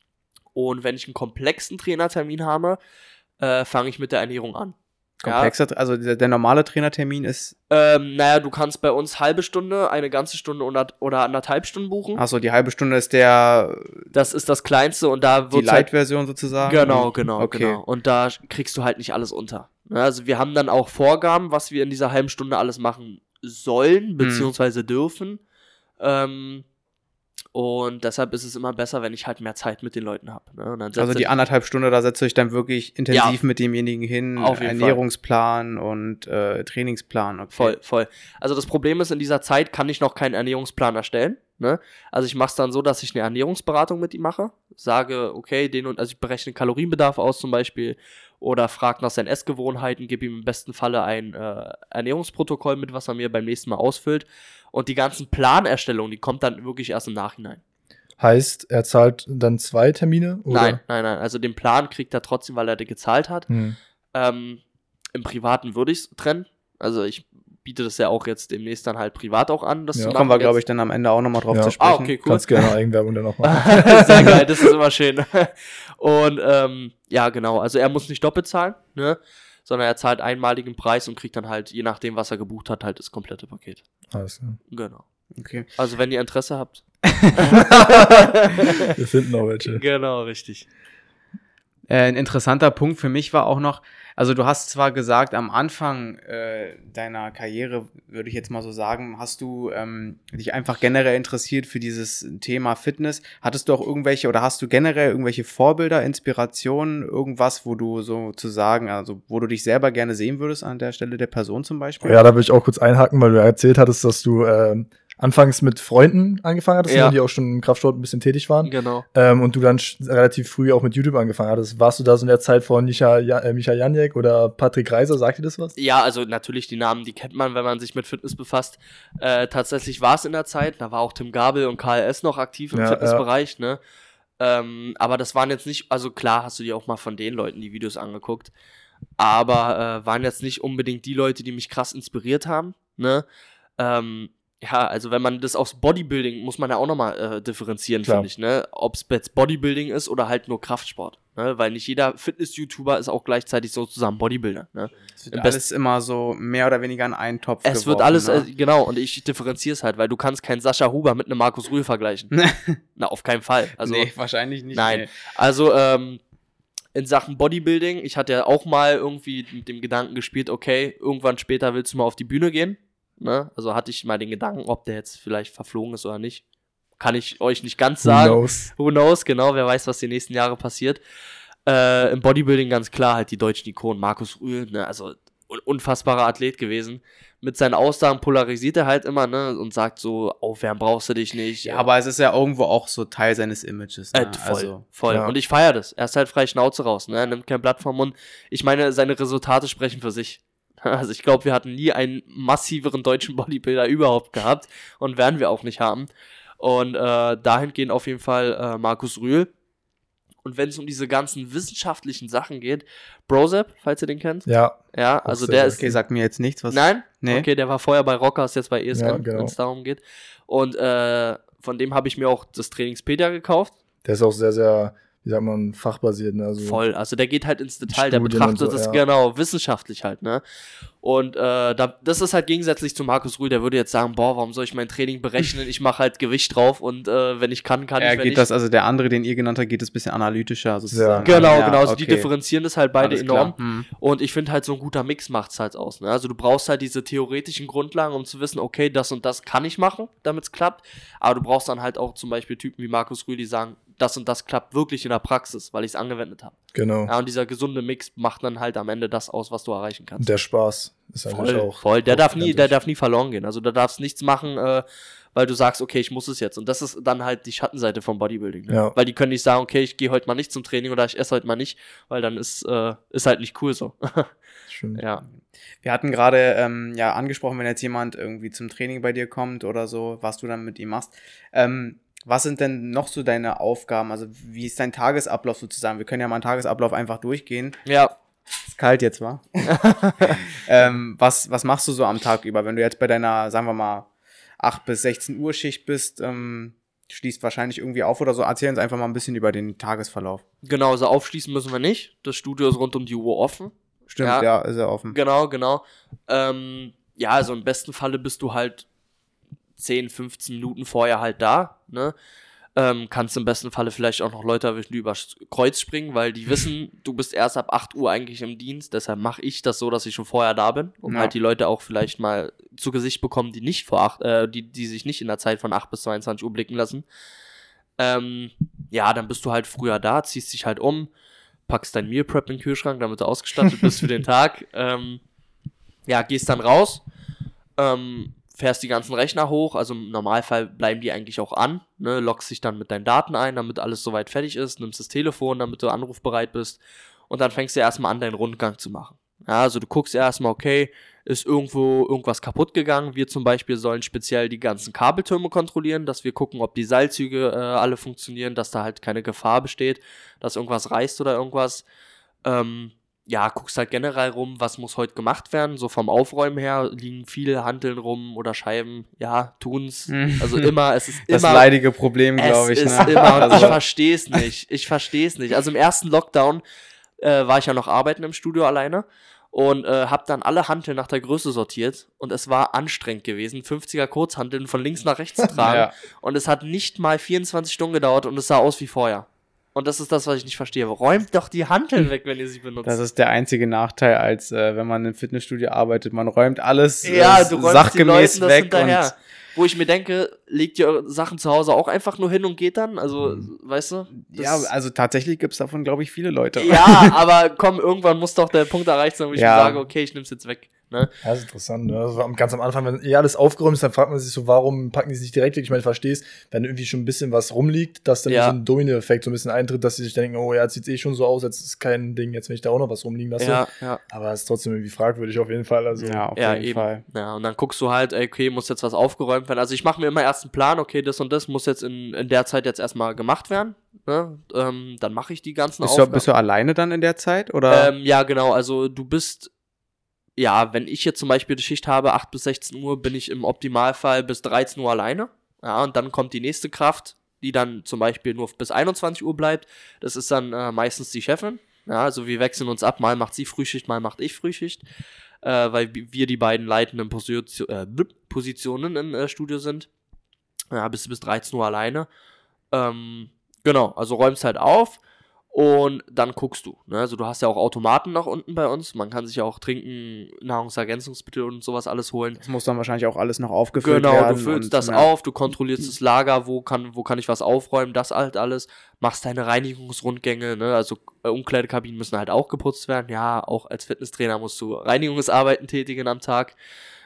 Und wenn ich einen komplexen Trainertermin habe, äh, fange ich mit der Ernährung an. Komplexer, ja. Also der, der normale Trainertermin ist... Ähm, naja, du kannst bei uns halbe Stunde, eine ganze Stunde oder, oder anderthalb Stunden buchen. Achso, die halbe Stunde ist der... Das ist das Kleinste und da Die wird Light-Version halt, sozusagen? Genau, genau, okay. genau. Und da kriegst du halt nicht alles unter. Also wir haben dann auch Vorgaben, was wir in dieser halben Stunde alles machen sollen, beziehungsweise hm. dürfen. Ähm... Und deshalb ist es immer besser, wenn ich halt mehr Zeit mit den Leuten habe. Ne? Also die anderthalb Stunden, da setzt ihr euch dann wirklich intensiv ja, mit demjenigen hin, auf jeden Ernährungsplan Fall. und äh, Trainingsplan. Okay. Voll, voll. Also das Problem ist, in dieser Zeit kann ich noch keinen Ernährungsplan erstellen. Ne? Also ich mache es dann so, dass ich eine Ernährungsberatung mit ihm mache. Sage, okay, den und also ich berechne Kalorienbedarf aus zum Beispiel oder frage nach seinen Essgewohnheiten, gebe ihm im besten Falle ein äh, Ernährungsprotokoll mit, was er mir beim nächsten Mal ausfüllt. Und die ganzen Planerstellungen, die kommt dann wirklich erst im Nachhinein. Heißt, er zahlt dann zwei Termine? Oder? Nein, nein, nein. Also den Plan kriegt er trotzdem, weil er den gezahlt hat. Hm. Ähm, im Privaten würde ich es trennen. Also ich biete das ja auch jetzt demnächst dann halt privat auch an. Das ja, zu kommen wir, glaube ich, dann am Ende auch nochmal drauf ja. zu sprechen. Ah, okay, cool. Kannst gerne Eigenwerbung dann noch machen. Sehr geil, das ist immer schön. Und ähm, ja, genau. Also er muss nicht doppelt zahlen, ne? Sondern er zahlt einmaligen Preis und kriegt dann halt, je nachdem, was er gebucht hat, halt das komplette Paket. Alles klar. Genau. Okay. Also wenn ihr Interesse habt. Wir finden auch welche. Genau, richtig. Äh, ein interessanter Punkt für mich war auch noch, also du hast zwar gesagt, am Anfang äh, deiner Karriere, würde ich jetzt mal so sagen, hast du ähm, dich einfach generell interessiert für dieses Thema Fitness. Hattest du auch irgendwelche oder hast du generell irgendwelche Vorbilder, Inspirationen, irgendwas, wo du sozusagen, also wo du dich selber gerne sehen würdest an der Stelle der Person zum Beispiel? Ja, da will ich auch kurz einhaken, weil du ja erzählt hattest, dass du ähm, anfangs mit Freunden angefangen hattest, ja. die auch schon im Kraftsport ein bisschen tätig waren. Genau. Ähm, und du dann sch- relativ früh auch mit YouTube angefangen hattest. Warst du da so in der Zeit von Micha, ja, äh, Micha Janiek oder Patrick Reiser? Sagt dir das was? Ja, also natürlich die Namen, die kennt man, wenn man sich mit Fitness befasst. Äh, tatsächlich war es in der Zeit, da war auch Tim Gabel und K L S noch aktiv im ja, Fitnessbereich, ja. ne? Ähm, aber das waren jetzt nicht, also klar hast du dir auch mal von den Leuten die Videos angeguckt, aber äh, waren jetzt nicht unbedingt die Leute, die mich krass inspiriert haben, ne? Ähm, Ja, also wenn man das aufs Bodybuilding, muss man ja auch nochmal äh, differenzieren, finde ich, ne? Ob es jetzt Bodybuilding ist oder halt nur Kraftsport, ne? Weil nicht jeder Fitness-YouTuber ist auch gleichzeitig sozusagen Bodybuilder, ne? Es wird alles immer so mehr oder weniger in einen Topf Es geworfen, wird alles, ne? äh, genau, und ich differenziere es halt, weil du kannst keinen Sascha Huber mit einem Markus Rühl vergleichen. Na, auf keinen Fall. Also, nee, wahrscheinlich nicht. Nein, nee. also ähm, in Sachen Bodybuilding, ich hatte ja auch mal irgendwie mit dem Gedanken gespielt, okay, irgendwann später willst du mal auf die Bühne gehen. Ne? Also hatte ich mal den Gedanken, ob der jetzt vielleicht verflogen ist oder nicht. Kann ich euch nicht ganz sagen. Who knows? Who knows, genau, wer weiß, was die nächsten Jahre passiert. Äh, Im Bodybuilding ganz klar halt die deutschen Ikonen, Markus Rühl, ne? Also un- unfassbarer Athlet gewesen. Mit seinen Aussagen polarisiert er halt immer, ne, und sagt so, aufwärmen brauchst du dich nicht. Ja, aber es ist ja irgendwo auch so Teil seines Images. Ne? Äh, voll, also, voll. ja. Und ich feiere das. Er ist halt frei Schnauze raus, ne? Er nimmt kein Blatt vom Mund. Ich meine, seine Resultate sprechen für sich. Also ich glaube, wir hatten nie einen massiveren deutschen Bodybuilder überhaupt gehabt und werden wir auch nicht haben. Und äh, dahingehend auf jeden Fall äh, Markus Rühl. Und wenn es um diese ganzen wissenschaftlichen Sachen geht, Brozep, falls ihr den kennt. Ja. Ja, also sehr der gut. ist... Okay, sagt mir jetzt nichts. Was Nein? Nee. Okay, der war vorher bei Rockers, jetzt bei E S N, Ja, genau. wenn es darum geht. Und äh, von dem habe ich mir auch das Trainingspedia gekauft. Der ist auch sehr, sehr wie sagt man, fachbasiert. Ne? Also voll, also der geht halt ins Detail, der Studien betrachtet und so, das ja. genau wissenschaftlich halt, ne? Und äh, da, das ist halt gegensätzlich zu Markus Rühl, der würde jetzt sagen, boah, warum soll ich mein Training berechnen? Ich mache halt Gewicht drauf und äh, wenn ich kann, kann Er ich, wenn geht nicht. das, also der andere, den ihr genannt habt, geht es ein bisschen analytischer sozusagen. Genau, Ja, genau, also okay. die differenzieren das halt beide Alles enorm. klar. Hm. Und ich finde halt, so ein guter Mix macht's halt aus. Ne? Also du brauchst halt diese theoretischen Grundlagen, um zu wissen, okay, das und das kann ich machen, damit's klappt. Aber du brauchst dann halt auch zum Beispiel Typen wie Markus Rühl, die sagen, das und das klappt wirklich in der Praxis, weil ich es angewendet habe. Genau. Ja, und dieser gesunde Mix macht dann halt am Ende das aus, was du erreichen kannst. Der Spaß ist natürlich voll, auch. voll. Der auch darf nie, der identisch. darf nie verloren gehen. Also da darfst nichts machen, äh, weil du sagst, okay, ich muss es jetzt. Und das ist dann halt die Schattenseite vom Bodybuilding. Ne? Ja. Weil die können nicht sagen, okay, ich gehe heute mal nicht zum Training oder ich esse heute mal nicht, weil dann ist, äh, ist halt nicht cool so. Stimmt. Ja. Wir hatten gerade ähm, ja angesprochen, wenn jetzt jemand irgendwie zum Training bei dir kommt oder so, was du dann mit ihm machst. Ähm, was sind denn noch so deine Aufgaben? Also wie ist dein Tagesablauf sozusagen? Wir können ja mal einen Tagesablauf einfach durchgehen. Ja. Ist kalt jetzt, wa? ähm, was, was machst du so am Tag über? Wenn du jetzt bei deiner, sagen wir mal, acht bis sechzehn Uhr Schicht bist, ähm, schließt wahrscheinlich irgendwie auf oder so. Erzähl uns einfach mal ein bisschen über den Tagesverlauf. Genau, also aufschließen müssen wir nicht. Das Studio ist rund um die Uhr offen. Stimmt, Ja. ja, ist ja offen. Genau, genau. Ähm, ja, also im besten Falle bist du halt zehn, fünfzehn Minuten vorher halt da, ne? Ähm, kannst im besten Falle vielleicht auch noch Leute erwischen, die übers Kreuz springen, weil die wissen, du bist erst ab acht Uhr eigentlich im Dienst, deshalb mache ich das so, dass ich schon vorher da bin, um Ja. halt die Leute auch vielleicht mal zu Gesicht bekommen, die nicht vor acht, äh, die, die sich nicht in der Zeit von acht bis zweiundzwanzig Uhr blicken lassen. Ähm, ja, dann bist du halt früher da, ziehst dich halt um, packst dein Meal Prep in den Kühlschrank, damit du ausgestattet bist für den Tag. Ähm, ja, gehst dann raus, ähm, fährst die ganzen Rechner hoch, also im Normalfall bleiben die eigentlich auch an, ne, loggst dich dann mit deinen Daten ein, damit alles soweit fertig ist, nimmst das Telefon, damit du anrufbereit bist und dann fängst du erstmal an, deinen Rundgang zu machen. Ja, also du guckst erstmal, okay, ist irgendwo irgendwas kaputt gegangen. Wir zum Beispiel sollen speziell die ganzen Kabeltürme kontrollieren, dass wir gucken, ob die Seilzüge äh, alle funktionieren, dass da halt keine Gefahr besteht, dass irgendwas reißt oder irgendwas. Ähm, ja, guckst halt generell rum, was muss heute gemacht werden. So vom Aufräumen her liegen viele Hanteln rum oder Scheiben. Ja, tun's. Also immer, es ist immer... Das leidige Problem, glaube ich. Es ist Ne? immer, und ich Also- verstehe es nicht. Ich verstehe es nicht. Also im ersten Lockdown äh, war ich ja noch arbeiten im Studio alleine und äh, habe dann alle Hanteln nach der Größe sortiert und es war anstrengend gewesen, fünfziger Kurzhanteln von links nach rechts zu tragen Ja. und es hat nicht mal vierundzwanzig Stunden gedauert und es sah aus wie vorher. Und das ist das, was ich nicht verstehe. Räumt doch die Hanteln weg, wenn ihr sie benutzt. Das ist der einzige Nachteil, als äh, wenn man im Fitnessstudio arbeitet. Man räumt alles ja, äh, du räumst sachgemäß den Leuten das weg. hinterher. Und Wo ich mir denke, legt ihr eure Sachen zu Hause auch einfach nur hin und geht dann? Also, weißt du? ja, Das- also tatsächlich gibt es davon, glaube ich, viele Leute. Ja, aber komm, irgendwann muss doch der Punkt erreicht sein, wo ich Ja. mir sage, okay, ich nehm's jetzt weg. Ne? Ja, das ist interessant. Ne? Also am- ganz am Anfang, wenn eh alles aufgeräumt ist, dann fragt man sich so, warum packen die es nicht direkt weg? Ich meine, ich verstehe es, wenn irgendwie schon ein bisschen was rumliegt, dass dann Ja. so ein Domino-Effekt so ein bisschen eintritt, dass sie sich denken, oh ja, jetzt sieht es eh schon so aus, jetzt ist kein Ding, jetzt wenn ich da auch noch was rumliegen lasse. Ja, ja. Aber es ist trotzdem irgendwie fragwürdig auf jeden Fall. Also, Ja, auf Ja, jeden eben. Fall. Ja, und dann guckst du halt, ey, okay, muss jetzt was aufgeräumt werden. Also ich mache mir immer erst einen Plan, okay, das und das muss jetzt in, in der Zeit jetzt erstmal gemacht werden. Ne? Ähm, dann mache ich die ganzen Bist du, Aufgaben. bist du alleine dann in der Zeit? Oder? Ähm, ja, genau, also du bist, ja, wenn ich jetzt zum Beispiel die Schicht habe, acht bis sechzehn Uhr, bin ich im Optimalfall bis dreizehn Uhr alleine. Ja, und dann kommt die nächste Kraft, die dann zum Beispiel nur bis einundzwanzig Uhr bleibt. Das ist dann äh, meistens die Chefin. Ja, also wir wechseln uns ab, mal macht sie Frühschicht, mal macht ich Frühschicht. Äh, weil wir die beiden leitenden Position, äh, Positionen im äh, Studio sind. Ja, bist du bis dreizehn Uhr alleine. Ähm, genau, also räumst halt auf und dann guckst du. Ne? Also du hast ja auch Automaten nach unten bei uns. Man kann sich ja auch trinken, Nahrungsergänzungsmittel und sowas alles holen. Das muss dann wahrscheinlich auch alles noch aufgefüllt Genau, werden. du füllst und, das ja. auf, du kontrollierst das Lager, wo kann, wo kann ich was aufräumen, das halt alles. Machst deine Reinigungsrundgänge, ne? Also äh, Umkleidekabinen müssen halt auch geputzt werden. Ja, auch als Fitnesstrainer musst du Reinigungsarbeiten tätigen am Tag.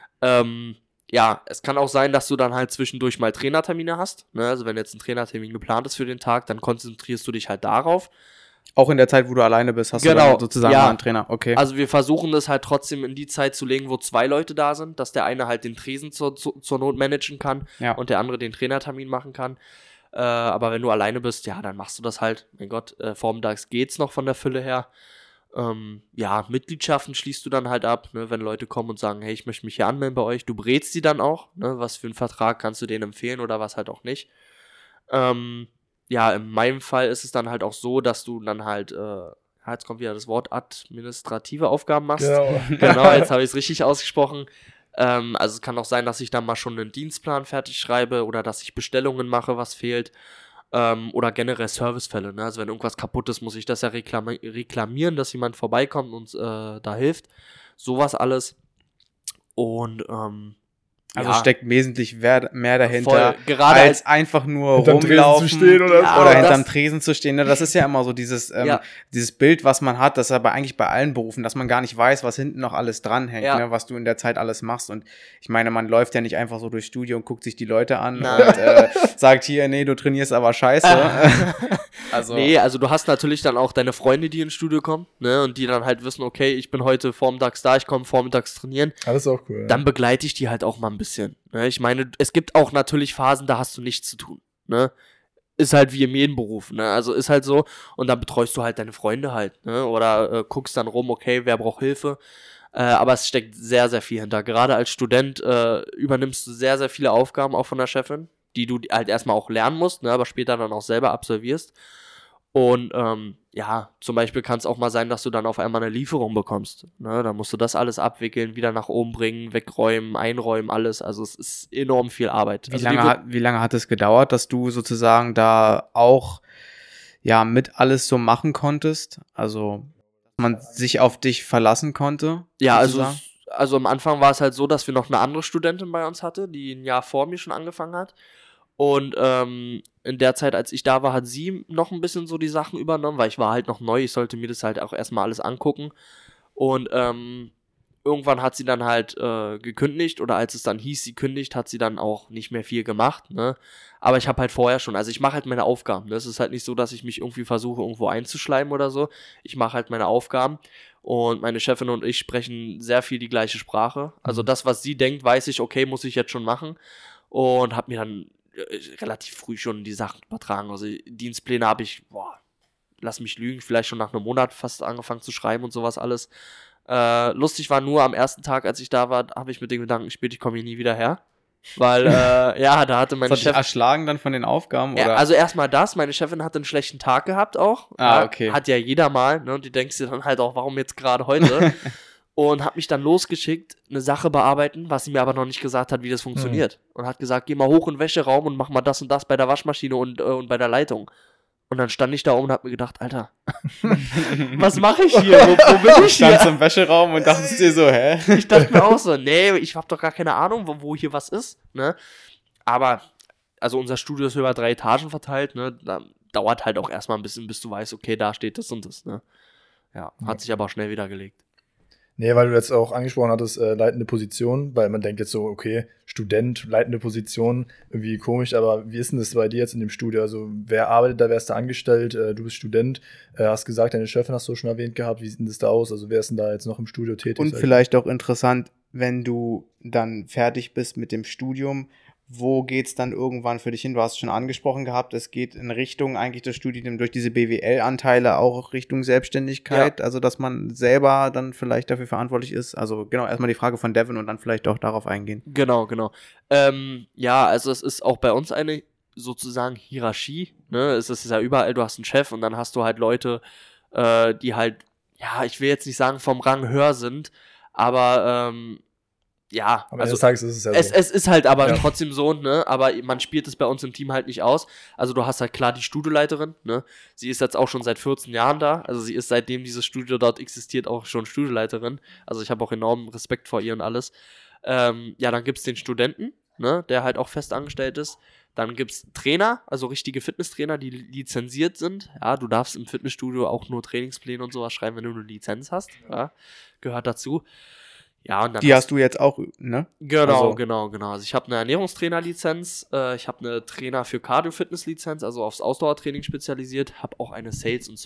Ähm, ja, es kann auch sein, dass du dann halt zwischendurch mal Trainertermine hast. Ne? Also wenn jetzt ein Trainertermin geplant ist für den Tag, dann konzentrierst du dich halt darauf. Auch in der Zeit, wo du alleine bist, hast Genau, du dann sozusagen ja. mal einen Trainer. Okay. Also wir versuchen das halt trotzdem in die Zeit zu legen, wo zwei Leute da sind, dass der eine halt den Tresen zur, zur, zur Not managen kann Ja. und der andere den Trainertermin machen kann. Äh, aber wenn du alleine bist, ja, dann machst du das halt. Mein Gott, äh, vormittags geht's noch von der Fülle her. Ähm, ja, Mitgliedschaften schließt du dann halt ab, ne, wenn Leute kommen und sagen, hey, ich möchte mich hier anmelden bei euch. Du berätst die dann auch, ne, was für einen Vertrag kannst du denen empfehlen oder was halt auch nicht. Ähm, ja, in meinem Fall ist es dann halt auch so, dass du dann halt, äh, jetzt kommt wieder das Wort administrative Aufgaben machst. Genau, genau jetzt habe ich es richtig ausgesprochen. Ähm, also es kann auch sein, dass ich dann mal schon einen Dienstplan fertig schreibe oder dass ich Bestellungen mache, was fehlt. Ähm, oder generell Servicefälle. Ne? Also wenn irgendwas kaputt ist, muss ich das ja reklam- reklamieren, dass jemand vorbeikommt und äh, da hilft. Sowas alles. Und ähm, Also ja, steckt wesentlich mehr, mehr dahinter, voll, gerade als einfach nur hinterm Tresen rumlaufen zu stehen oder Ja, oder und hinterm das- Tresen zu stehen. Ne? Das ist ja immer so dieses, ähm, Ja. dieses Bild, was man hat, das ist aber eigentlich bei allen Berufen, dass man gar nicht weiß, was hinten noch alles dranhängt, Ja. ne? Was du in der Zeit alles machst. Und ich meine, man läuft ja nicht einfach so durchs Studio und guckt sich die Leute an Nein. und äh, sagt hier, nee, du trainierst aber scheiße. also Nee, also du hast natürlich dann auch deine Freunde, die ins Studio kommen, ne, und die dann halt wissen, okay, ich bin heute vormittags da, ich komme vormittags trainieren, Alles auch cool. dann begleite ich die halt auch mal ein bisschen. Ne? Ich meine, es gibt auch natürlich Phasen, da hast du nichts zu tun. Ne? Ist halt wie in jedem Beruf, ne? Also ist halt so, und dann betreust du halt deine Freunde halt, ne? Oder äh, guckst dann rum, okay, wer braucht Hilfe. Äh, aber es steckt sehr, sehr viel hinter. Gerade als Student äh, übernimmst du sehr, sehr viele Aufgaben auch von der Chefin, die du halt erstmal auch lernen musst, ne? Aber später dann auch selber absolvierst. Und ähm, ja, zum Beispiel kann es auch mal sein, dass du dann auf einmal eine Lieferung bekommst. Ne? Dann musst du das alles abwickeln, wieder nach oben bringen, wegräumen, einräumen, alles. Also es ist enorm viel Arbeit. Wie, also lange die wird- hat, wie lange hat es gedauert, dass du sozusagen da auch ja mit alles so machen konntest? Also, dass man sich auf dich verlassen konnte? Ja, also, sozusagen? es- also am Anfang war es halt so, dass wir noch eine andere Studentin bei uns hatte, die ein Jahr vor mir schon angefangen hat. Und ähm, in der Zeit, als ich da war, hat sie noch ein bisschen so die Sachen übernommen, weil ich war halt noch neu, ich sollte mir das halt auch erstmal alles angucken. Und ähm, irgendwann hat sie dann halt äh, gekündigt, oder als es dann hieß, sie kündigt, hat sie dann auch nicht mehr viel gemacht, ne? Aber ich habe halt vorher schon, also ich mache halt meine Aufgaben, ne? Es ist halt nicht so, dass ich mich irgendwie versuche, irgendwo einzuschleimen oder so. Ich mache halt meine Aufgaben und meine Chefin und ich sprechen sehr viel die gleiche Sprache. Also das, was sie denkt, weiß ich, okay, muss ich jetzt schon machen, und habe mir dann äh, relativ früh schon die Sachen übertragen. Also Dienstpläne habe ich, boah, lass mich lügen, vielleicht schon nach einem Monat fast angefangen zu schreiben und sowas alles. Äh, lustig war nur, am ersten Tag, als ich da war, habe ich mit dem Gedanken gespielt, ich komme hier nie wieder her. Weil, äh, ja, da hatte meine Das hat dich Chefin... erschlagen dann von den Aufgaben? Ja, Oder? also erstmal das, meine Chefin hatte einen schlechten Tag gehabt auch. Ah, Ja, okay. Hat ja jeder mal, ne? Und die denkst dir dann halt auch, warum jetzt gerade heute? Und hat mich dann losgeschickt, eine Sache bearbeiten, was sie mir aber noch nicht gesagt hat, wie das funktioniert. Und hat gesagt, geh mal hoch in den Wäscheraum und mach mal das und das bei der Waschmaschine und, äh, und bei der Leitung. Und dann stand ich da oben und hab mir gedacht, Alter, was mache ich hier? Wo, wo bin ich Standst hier? im Wäscheraum und dachtest dir so, hä? Ich dachte mir auch so, nee, ich hab doch gar keine Ahnung, wo, wo hier was ist, ne? Aber, also unser Studio ist über drei Etagen verteilt, ne? Da dauert halt auch erstmal ein bisschen, bis du weißt, okay, da steht das und das, ne? Ja, hat Ja. sich aber auch schnell wieder gelegt. Nee, weil du jetzt auch angesprochen hattest, äh, leitende Position, weil man denkt jetzt so, okay, Student, leitende Position, irgendwie komisch, aber wie ist denn das bei dir jetzt in dem Studio? Also wer arbeitet da, wer ist da angestellt? Äh, du bist Student, äh, hast gesagt, deine Chefin hast du schon erwähnt gehabt, wie sieht denn das da aus? Also wer ist denn da jetzt noch im Studio tätig? Und sag ich vielleicht auch interessant, wenn du dann fertig bist mit dem Studium, wo geht's dann irgendwann für dich hin? Du hast es schon angesprochen gehabt, es geht in Richtung eigentlich das Studium durch diese B W L-Anteile auch Richtung Selbstständigkeit, also dass man selber dann vielleicht dafür verantwortlich ist. Also genau, erstmal die Frage von Devin und dann vielleicht auch darauf eingehen. Genau, genau. Ähm, ja, also es ist auch bei uns eine sozusagen Hierarchie, ne? Es ist ja überall, du hast einen Chef und dann hast du halt Leute, äh, die halt, ja, ich will jetzt nicht sagen vom Rang höher sind, aber ähm, ja, Am Ende also des Tages ist es ja Es, so. es ist halt aber Ja. trotzdem so, ne? Aber man spielt es bei uns im Team halt nicht aus. Also du hast halt klar die Studioleiterin, ne? Sie ist jetzt auch schon seit vierzehn Jahren da. Also sie ist, seitdem dieses Studio dort existiert, auch schon Studioleiterin. Also ich habe auch enormen Respekt vor ihr und alles. Ähm, ja, dann gibt's den Studenten, ne? Der halt auch fest angestellt ist. Dann gibt's Trainer, also richtige Fitnesstrainer, die lizenziert sind. Ja, du darfst im Fitnessstudio auch nur Trainingspläne und sowas schreiben, wenn du eine Lizenz hast. Ja, gehört dazu. Ja, und dann Die hast du jetzt auch, ne? Genau, Also- genau, genau. Also ich habe eine Ernährungstrainer-Lizenz, äh, ich habe eine Trainer für Cardio-Fitness-Lizenz, also aufs Ausdauertraining spezialisiert, habe auch eine Sales- und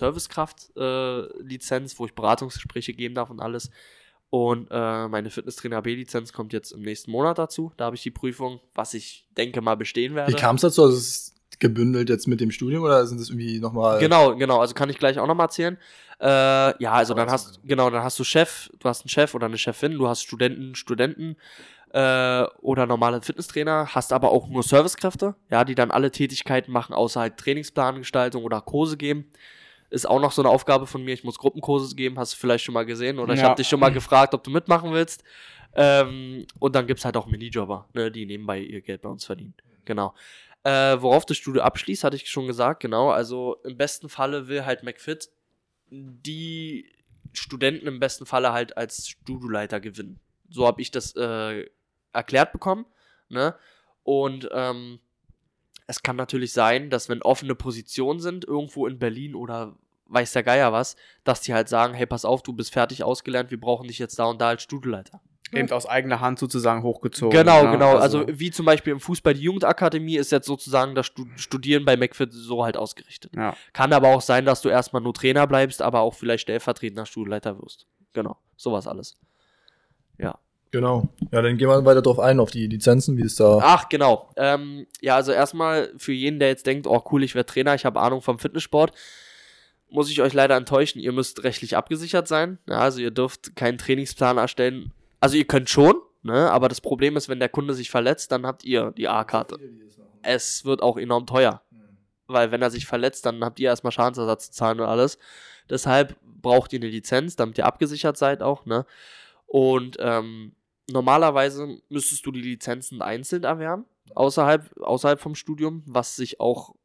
Servicekraft-Lizenz, wo ich Beratungsgespräche geben darf und alles. Und äh, meine Fitnesstrainer B-Lizenz kommt jetzt im nächsten Monat dazu. Da habe ich die Prüfung, was ich denke mal bestehen werde. Wie kam es dazu? Also ist es gebündelt jetzt mit dem Studium oder sind das irgendwie nochmal... Genau, genau, also kann ich gleich auch nochmal erzählen. Äh, ja, also Aber dann das- hast genau, dann hast du Chef, du hast einen Chef oder eine Chefin, du hast Studenten, Studenten, äh, oder normale Fitnesstrainer, hast aber auch nur Servicekräfte, ja, die dann alle Tätigkeiten machen, außer halt Trainingsplangestaltung oder Kurse geben. Ist auch noch so eine Aufgabe von mir, ich muss Gruppenkurse geben, hast du vielleicht schon mal gesehen oder ich Ja. habe dich schon mal gefragt, ob du mitmachen willst. Ähm, und dann gibt es halt auch Minijobber, ne, die nebenbei ihr Geld bei uns verdienen. Genau. Äh, worauf das Studio abschließt, hatte ich schon gesagt, genau. Also im besten Falle will halt McFit die Studenten im besten Falle halt als Studioleiter gewinnen. So habe ich das äh, erklärt bekommen. Ne? Und ähm, es kann natürlich sein, dass wenn offene Positionen sind, irgendwo in Berlin oder weiß der Geier was, dass die halt sagen, hey, pass auf, du bist fertig ausgelernt, wir brauchen dich jetzt da und da als Studioleiter. Eben aus eigener Hand sozusagen hochgezogen. Genau, ne? genau. Also, also wie zum Beispiel im Fußball die Jugendakademie ist jetzt sozusagen das Studieren bei McFit so halt ausgerichtet. Ja. Kann aber auch sein, dass du erstmal nur Trainer bleibst, aber auch vielleicht stellvertretender Studioleiter wirst. Genau, sowas alles. Ja. Genau. Ja, dann gehen wir weiter drauf ein, auf die Lizenzen, wie es da... Ach, genau. Ähm, ja, also erstmal für jeden, der jetzt denkt, oh cool, ich werde Trainer, ich habe Ahnung vom Fitnesssport, muss ich euch leider enttäuschen, ihr müsst rechtlich abgesichert sein. Ja, also ihr dürft keinen Trainingsplan erstellen. Also ihr könnt schon, ne? Aber das Problem ist, wenn der Kunde sich verletzt, dann habt ihr die A-Karte. Es wird auch enorm teuer. Weil wenn er sich verletzt, dann habt ihr erstmal Schadensersatz zu zahlen und alles. Deshalb braucht ihr eine Lizenz, damit ihr abgesichert seid auch, ne? Und ähm, normalerweise müsstest du die Lizenzen einzeln erwerben, außerhalb, außerhalb vom Studium, was sich auch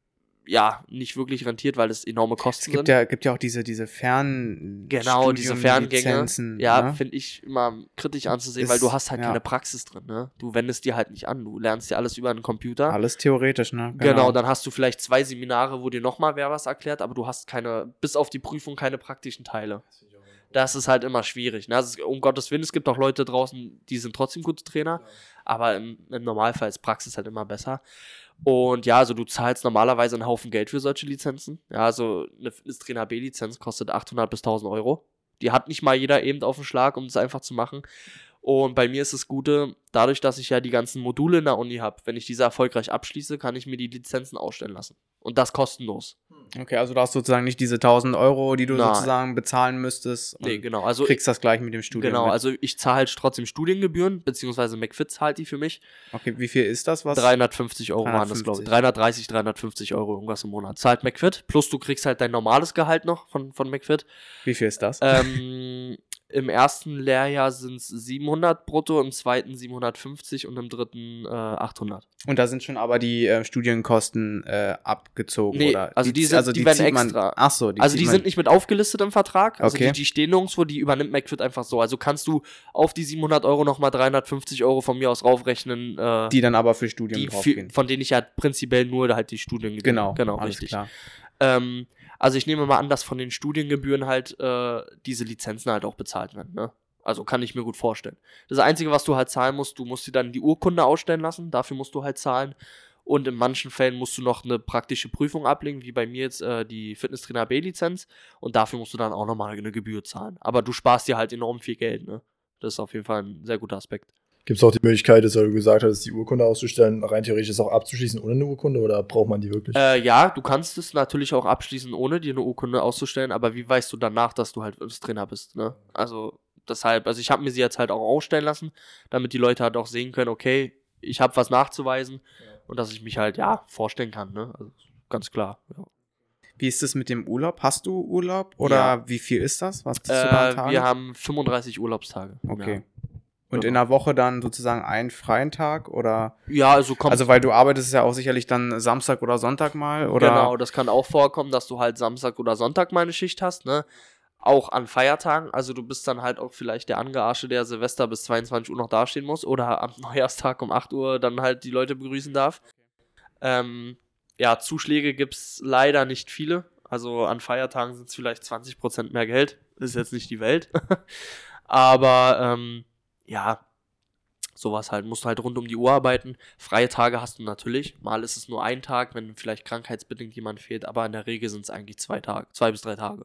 ja nicht wirklich rentiert, weil es enorme Kosten Es gibt sind. ja, gibt ja auch diese, diese Fern... Genau, diese Ferngänge. Lizenzen, Ja, ne? finde ich immer kritisch anzusehen, Ist- weil du hast halt ja. keine Praxis drin, ne? Du wendest dir halt nicht an, du lernst dir alles über einen Computer. Alles theoretisch, ne? Genau. Dann hast du vielleicht zwei Seminare, wo dir nochmal wer was erklärt, aber du hast keine, bis auf die Prüfung, keine praktischen Teile. Das ist halt immer schwierig. Ne? Also, um Gottes Willen, es gibt auch Leute draußen, die sind trotzdem gute Trainer, aber im, im Normalfall ist Praxis halt immer besser. Und ja, also du zahlst normalerweise einen Haufen Geld für solche Lizenzen. Ja, also eine Fitnesstrainer B-Lizenz kostet achthundert bis tausend Euro. Die hat nicht mal jeder eben auf den Schlag, um das einfach zu machen. Und bei mir ist das Gute, dadurch, dass ich ja die ganzen Module in der Uni habe, wenn ich diese erfolgreich abschließe, kann ich mir die Lizenzen ausstellen lassen. Und das kostenlos. Okay, also du hast sozusagen nicht diese tausend Euro, die du Nein. sozusagen bezahlen müsstest. und Nee, genau. Also kriegst das gleich mit dem Studium. Genau, mit. also ich zahle halt trotzdem Studiengebühren, beziehungsweise McFit zahlt die für mich. Okay, wie viel ist das? Was? dreihundertfünfzig Euro waren das, glaube ich. dreihundertfünfzig. dreihundertdreißig, dreihundertfünfzig Euro irgendwas im Monat. Zahlt McFit, plus du kriegst halt dein normales Gehalt noch von, von McFit. Wie viel ist das? Ähm, im ersten Lehrjahr sind es siebenhundert brutto, im zweiten siebenhundertfünfzig und im dritten äh, achthundert. Und da sind schon aber die äh, Studienkosten äh, abgezogen, Nee, oder? also die sind- die werden zieht man- extra. Ach so, die Also zieht die man, sind nicht mit aufgelistet im Vertrag, also Okay. die, die stehen nirgendwo, die übernimmt McFit einfach so. Also kannst du auf die siebenhundert Euro nochmal dreihundertfünfzig Euro von mir aus raufrechnen, äh, die dann aber für Studien die draufgehen. viel, von denen ich ja prinzipiell nur halt die Studiengebühren. Genau, genau, alles richtig. klar. Ähm, also ich nehme mal an, dass von den Studiengebühren halt äh, diese Lizenzen halt auch bezahlt werden, ne? Also kann ich mir gut vorstellen. Das Einzige, was du halt zahlen musst, du musst dir dann die Urkunde ausstellen lassen, dafür musst du halt zahlen. Und in manchen Fällen musst du noch eine praktische Prüfung ablegen, wie bei mir jetzt äh, die Fitnesstrainer B-Lizenz. Und dafür musst du dann auch nochmal eine Gebühr zahlen. Aber du sparst dir halt enorm viel Geld, ne? Das ist auf jeden Fall ein sehr guter Aspekt. Gibt es auch die Möglichkeit, dass du gesagt hast, die Urkunde auszustellen, rein theoretisch ist auch abzuschließen ohne eine Urkunde oder braucht man die wirklich? Äh, ja, du kannst es natürlich auch abschließen, ohne dir eine Urkunde auszustellen, aber wie weißt du danach, dass du halt Trainer bist, ne? Also deshalb, also ich habe mir sie jetzt halt auch ausstellen lassen, damit die Leute halt auch sehen können, okay, ich habe was nachzuweisen ja. Und dass ich mich halt, ja, vorstellen kann, ne? Also ganz klar, ja. Wie ist es mit dem Urlaub? Hast du Urlaub? Oder Ja. wie viel ist das? Was bist du da an Äh, Tagen? wir haben fünfunddreißig Urlaubstage. Okay. Ja. Und Genau. in der Woche dann sozusagen einen freien Tag? Oder? Ja, also kommt. Also, weil du arbeitest ja auch sicherlich dann Samstag oder Sonntag mal? Oder? Genau, das kann auch vorkommen, dass du halt Samstag oder Sonntag mal eine Schicht hast, ne? Auch an Feiertagen, also du bist dann halt auch vielleicht der Angearsche, der Silvester bis zweiundzwanzig Uhr noch dastehen muss oder am Neujahrstag um acht Uhr dann halt die Leute begrüßen darf. Ähm, ja, Zuschläge gibt's leider nicht viele, also an Feiertagen sind es vielleicht zwanzig Prozent mehr Geld, ist jetzt nicht die Welt, aber ähm, ja, sowas halt, musst du halt rund um die Uhr arbeiten. Freie Tage hast du natürlich, mal ist es nur ein Tag, wenn vielleicht krankheitsbedingt jemand fehlt, aber in der Regel sind es eigentlich zwei Tage, zwei bis drei Tage.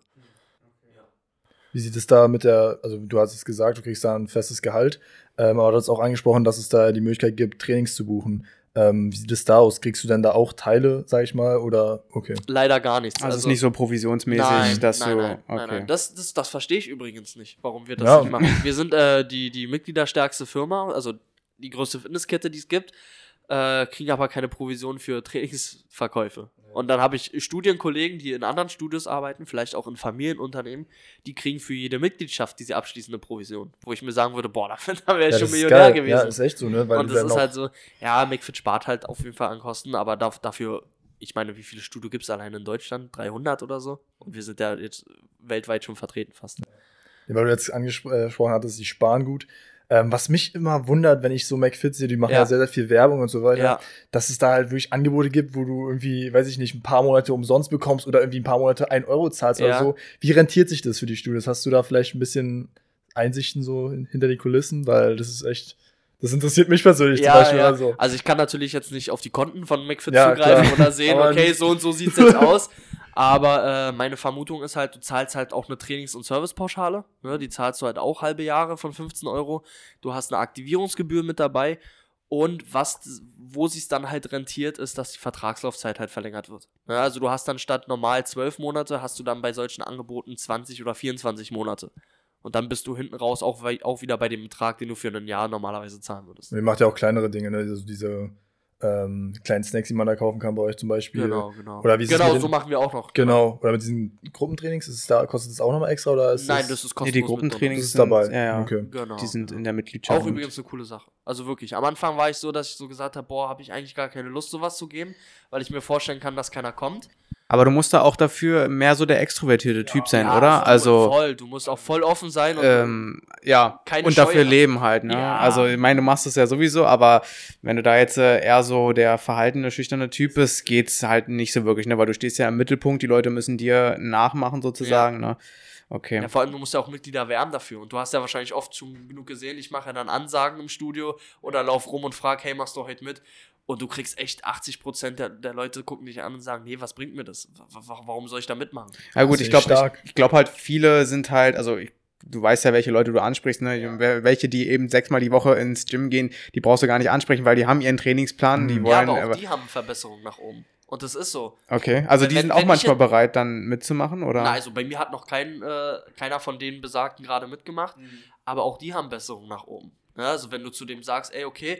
Wie sieht es da mit der, also du hast es gesagt, du kriegst da ein festes Gehalt, ähm, aber du hast auch angesprochen, dass es da die Möglichkeit gibt, Trainings zu buchen. Ähm, wie sieht es da aus? Kriegst du denn da auch Teile, sag ich mal, oder, okay. Leider gar nichts. Also, es ist nicht so provisionsmäßig, nein, dass nein, du. nein, okay. nein, nein. Das, das, das verstehe ich übrigens nicht, warum wir das Ja. nicht machen. Wir sind äh, die, die mitgliederstärkste Firma, also die größte Fitnesskette, die es gibt, äh, kriegen aber keine Provision für Trainingsverkäufe. Und dann habe ich Studienkollegen, die in anderen Studios arbeiten, vielleicht auch in Familienunternehmen, die kriegen für jede Mitgliedschaft diese abschließende Provision. Wo ich mir sagen würde, boah, da wäre ich Ja, schon das ist Millionär geil. gewesen. Ja, ist echt so, ne? Weil und du das dann ist auch- halt so, ja, McFit spart halt auf jeden Fall an Kosten, aber da, dafür, ich meine, wie viele Studio gibt es allein in Deutschland? dreihundert oder so? Und wir sind ja jetzt weltweit schon vertreten fast. Ja, weil du jetzt angesprochen hattest, die sparen gut. Ähm, was mich immer wundert, wenn ich so McFit sehe, die machen ja. Ja. sehr, sehr viel Werbung und so weiter, Ja. dass es da halt wirklich Angebote gibt, wo du irgendwie, weiß ich nicht, ein paar Monate umsonst bekommst oder irgendwie ein paar Monate ein Euro zahlst Ja. oder so. Wie rentiert sich das für die Studios? Hast du da vielleicht ein bisschen Einsichten so hin- hinter den Kulissen? Weil das ist echt, das interessiert mich persönlich zum Ja, Beispiel. ja. Also. Also ich kann natürlich jetzt nicht auf die Konten von McFit Ja, zugreifen klar. oder sehen, Aber- okay, so und so sieht es jetzt aus. Aber äh, meine Vermutung ist halt, du zahlst halt auch eine Trainings- und Servicepauschale. Ne? Die zahlst du halt auch halbe Jahre von fünfzehn Euro. Du hast eine Aktivierungsgebühr mit dabei. Und was, wo sich dann halt rentiert, ist, dass die Vertragslaufzeit halt verlängert wird. Ja, also du hast dann statt normal zwölf Monate, hast du dann bei solchen Angeboten zwanzig oder vierundzwanzig Monate. Und dann bist du hinten raus auch, wei- auch wieder bei dem Betrag, den du für ein Jahr normalerweise zahlen würdest. Ihr macht ja auch kleinere Dinge, ne? Also diese ähm, kleinen Snacks, die man da kaufen kann bei euch zum Beispiel. Genau, genau. Oder wie ist es genau, mit so den- machen wir auch noch. Genau. Oder mit diesen Gruppentrainings, ist es da, kostet das auch nochmal extra? Oder ist Nein, das, das ist Nee, kostenlos. die mit Gruppentrainings das ist sind, dabei? Ja, ja. Okay. drin. Genau. Die sind genau. in der Mitgliedschaft. Auch übrigens eine coole Sache. Also wirklich, am Anfang war ich so, dass ich so gesagt habe, boah, habe ich eigentlich gar keine Lust, sowas zu geben, weil ich mir vorstellen kann, dass keiner kommt. Aber du musst da auch dafür mehr so der extrovertierte Typ sein, Ja, oder? voll, Also, voll. Du musst auch voll offen sein und ähm, ja, keine und dafür Scheu leben halt, ne? Ja. Also, ich meine, du machst es ja sowieso, aber wenn du da jetzt äh, eher so der verhaltene, schüchterne Typ bist, geht's halt nicht so wirklich, ne? Weil du stehst ja im Mittelpunkt, die Leute müssen dir nachmachen sozusagen, ne? Okay. ja, vor allem, du musst ja auch Mitglieder werben dafür. Und du hast ja wahrscheinlich oft schon genug gesehen, ich mache ja dann Ansagen im Studio oder lauf rum und frag, hey, machst du heute mit? Und du kriegst echt achtzig Prozent der, der Leute gucken dich an und sagen, nee, was bringt mir das? W- w- Warum soll ich da mitmachen? Ja gut, Das ich ist glaube stark. ich, ich glaub halt, viele sind halt, also ich, du weißt ja, welche Leute du ansprichst, ne? Wel- Welche, die eben sechsmal die Woche ins Gym gehen, die brauchst du gar nicht ansprechen, weil die haben ihren Trainingsplan, die Mhm. wollen. Ja, aber auch aber- die haben Verbesserungen nach oben. Und das ist so. okay, also Wenn- die wenn- sind wenn auch ich manchmal jetzt- bereit, dann mitzumachen, oder? Na, also bei mir hat noch kein, äh, keiner von den Besagten gerade mitgemacht, aber auch die haben Besserungen nach oben. Ja, also wenn du zu dem sagst, ey, okay,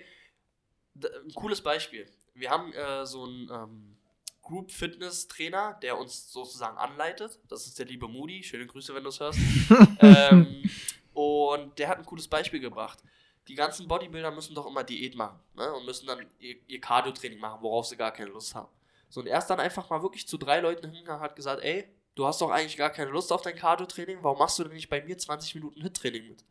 d- ein cooles Beispiel. Wir haben äh, so einen ähm, Group-Fitness-Trainer, der uns sozusagen anleitet. Das ist der liebe Moody. Schöne Grüße, wenn du es hörst. ähm, und der hat ein cooles Beispiel gebracht. Die ganzen Bodybuilder müssen doch immer Diät machen, ne? Und müssen dann ihr, ihr Cardio-Training machen, worauf sie gar keine Lust haben. So, und er ist dann einfach mal wirklich zu drei Leuten hingegangen und hat gesagt, ey, du hast doch eigentlich gar keine Lust auf dein Cardio-Training, warum machst du denn nicht bei mir zwanzig Minuten Hit-Training mit?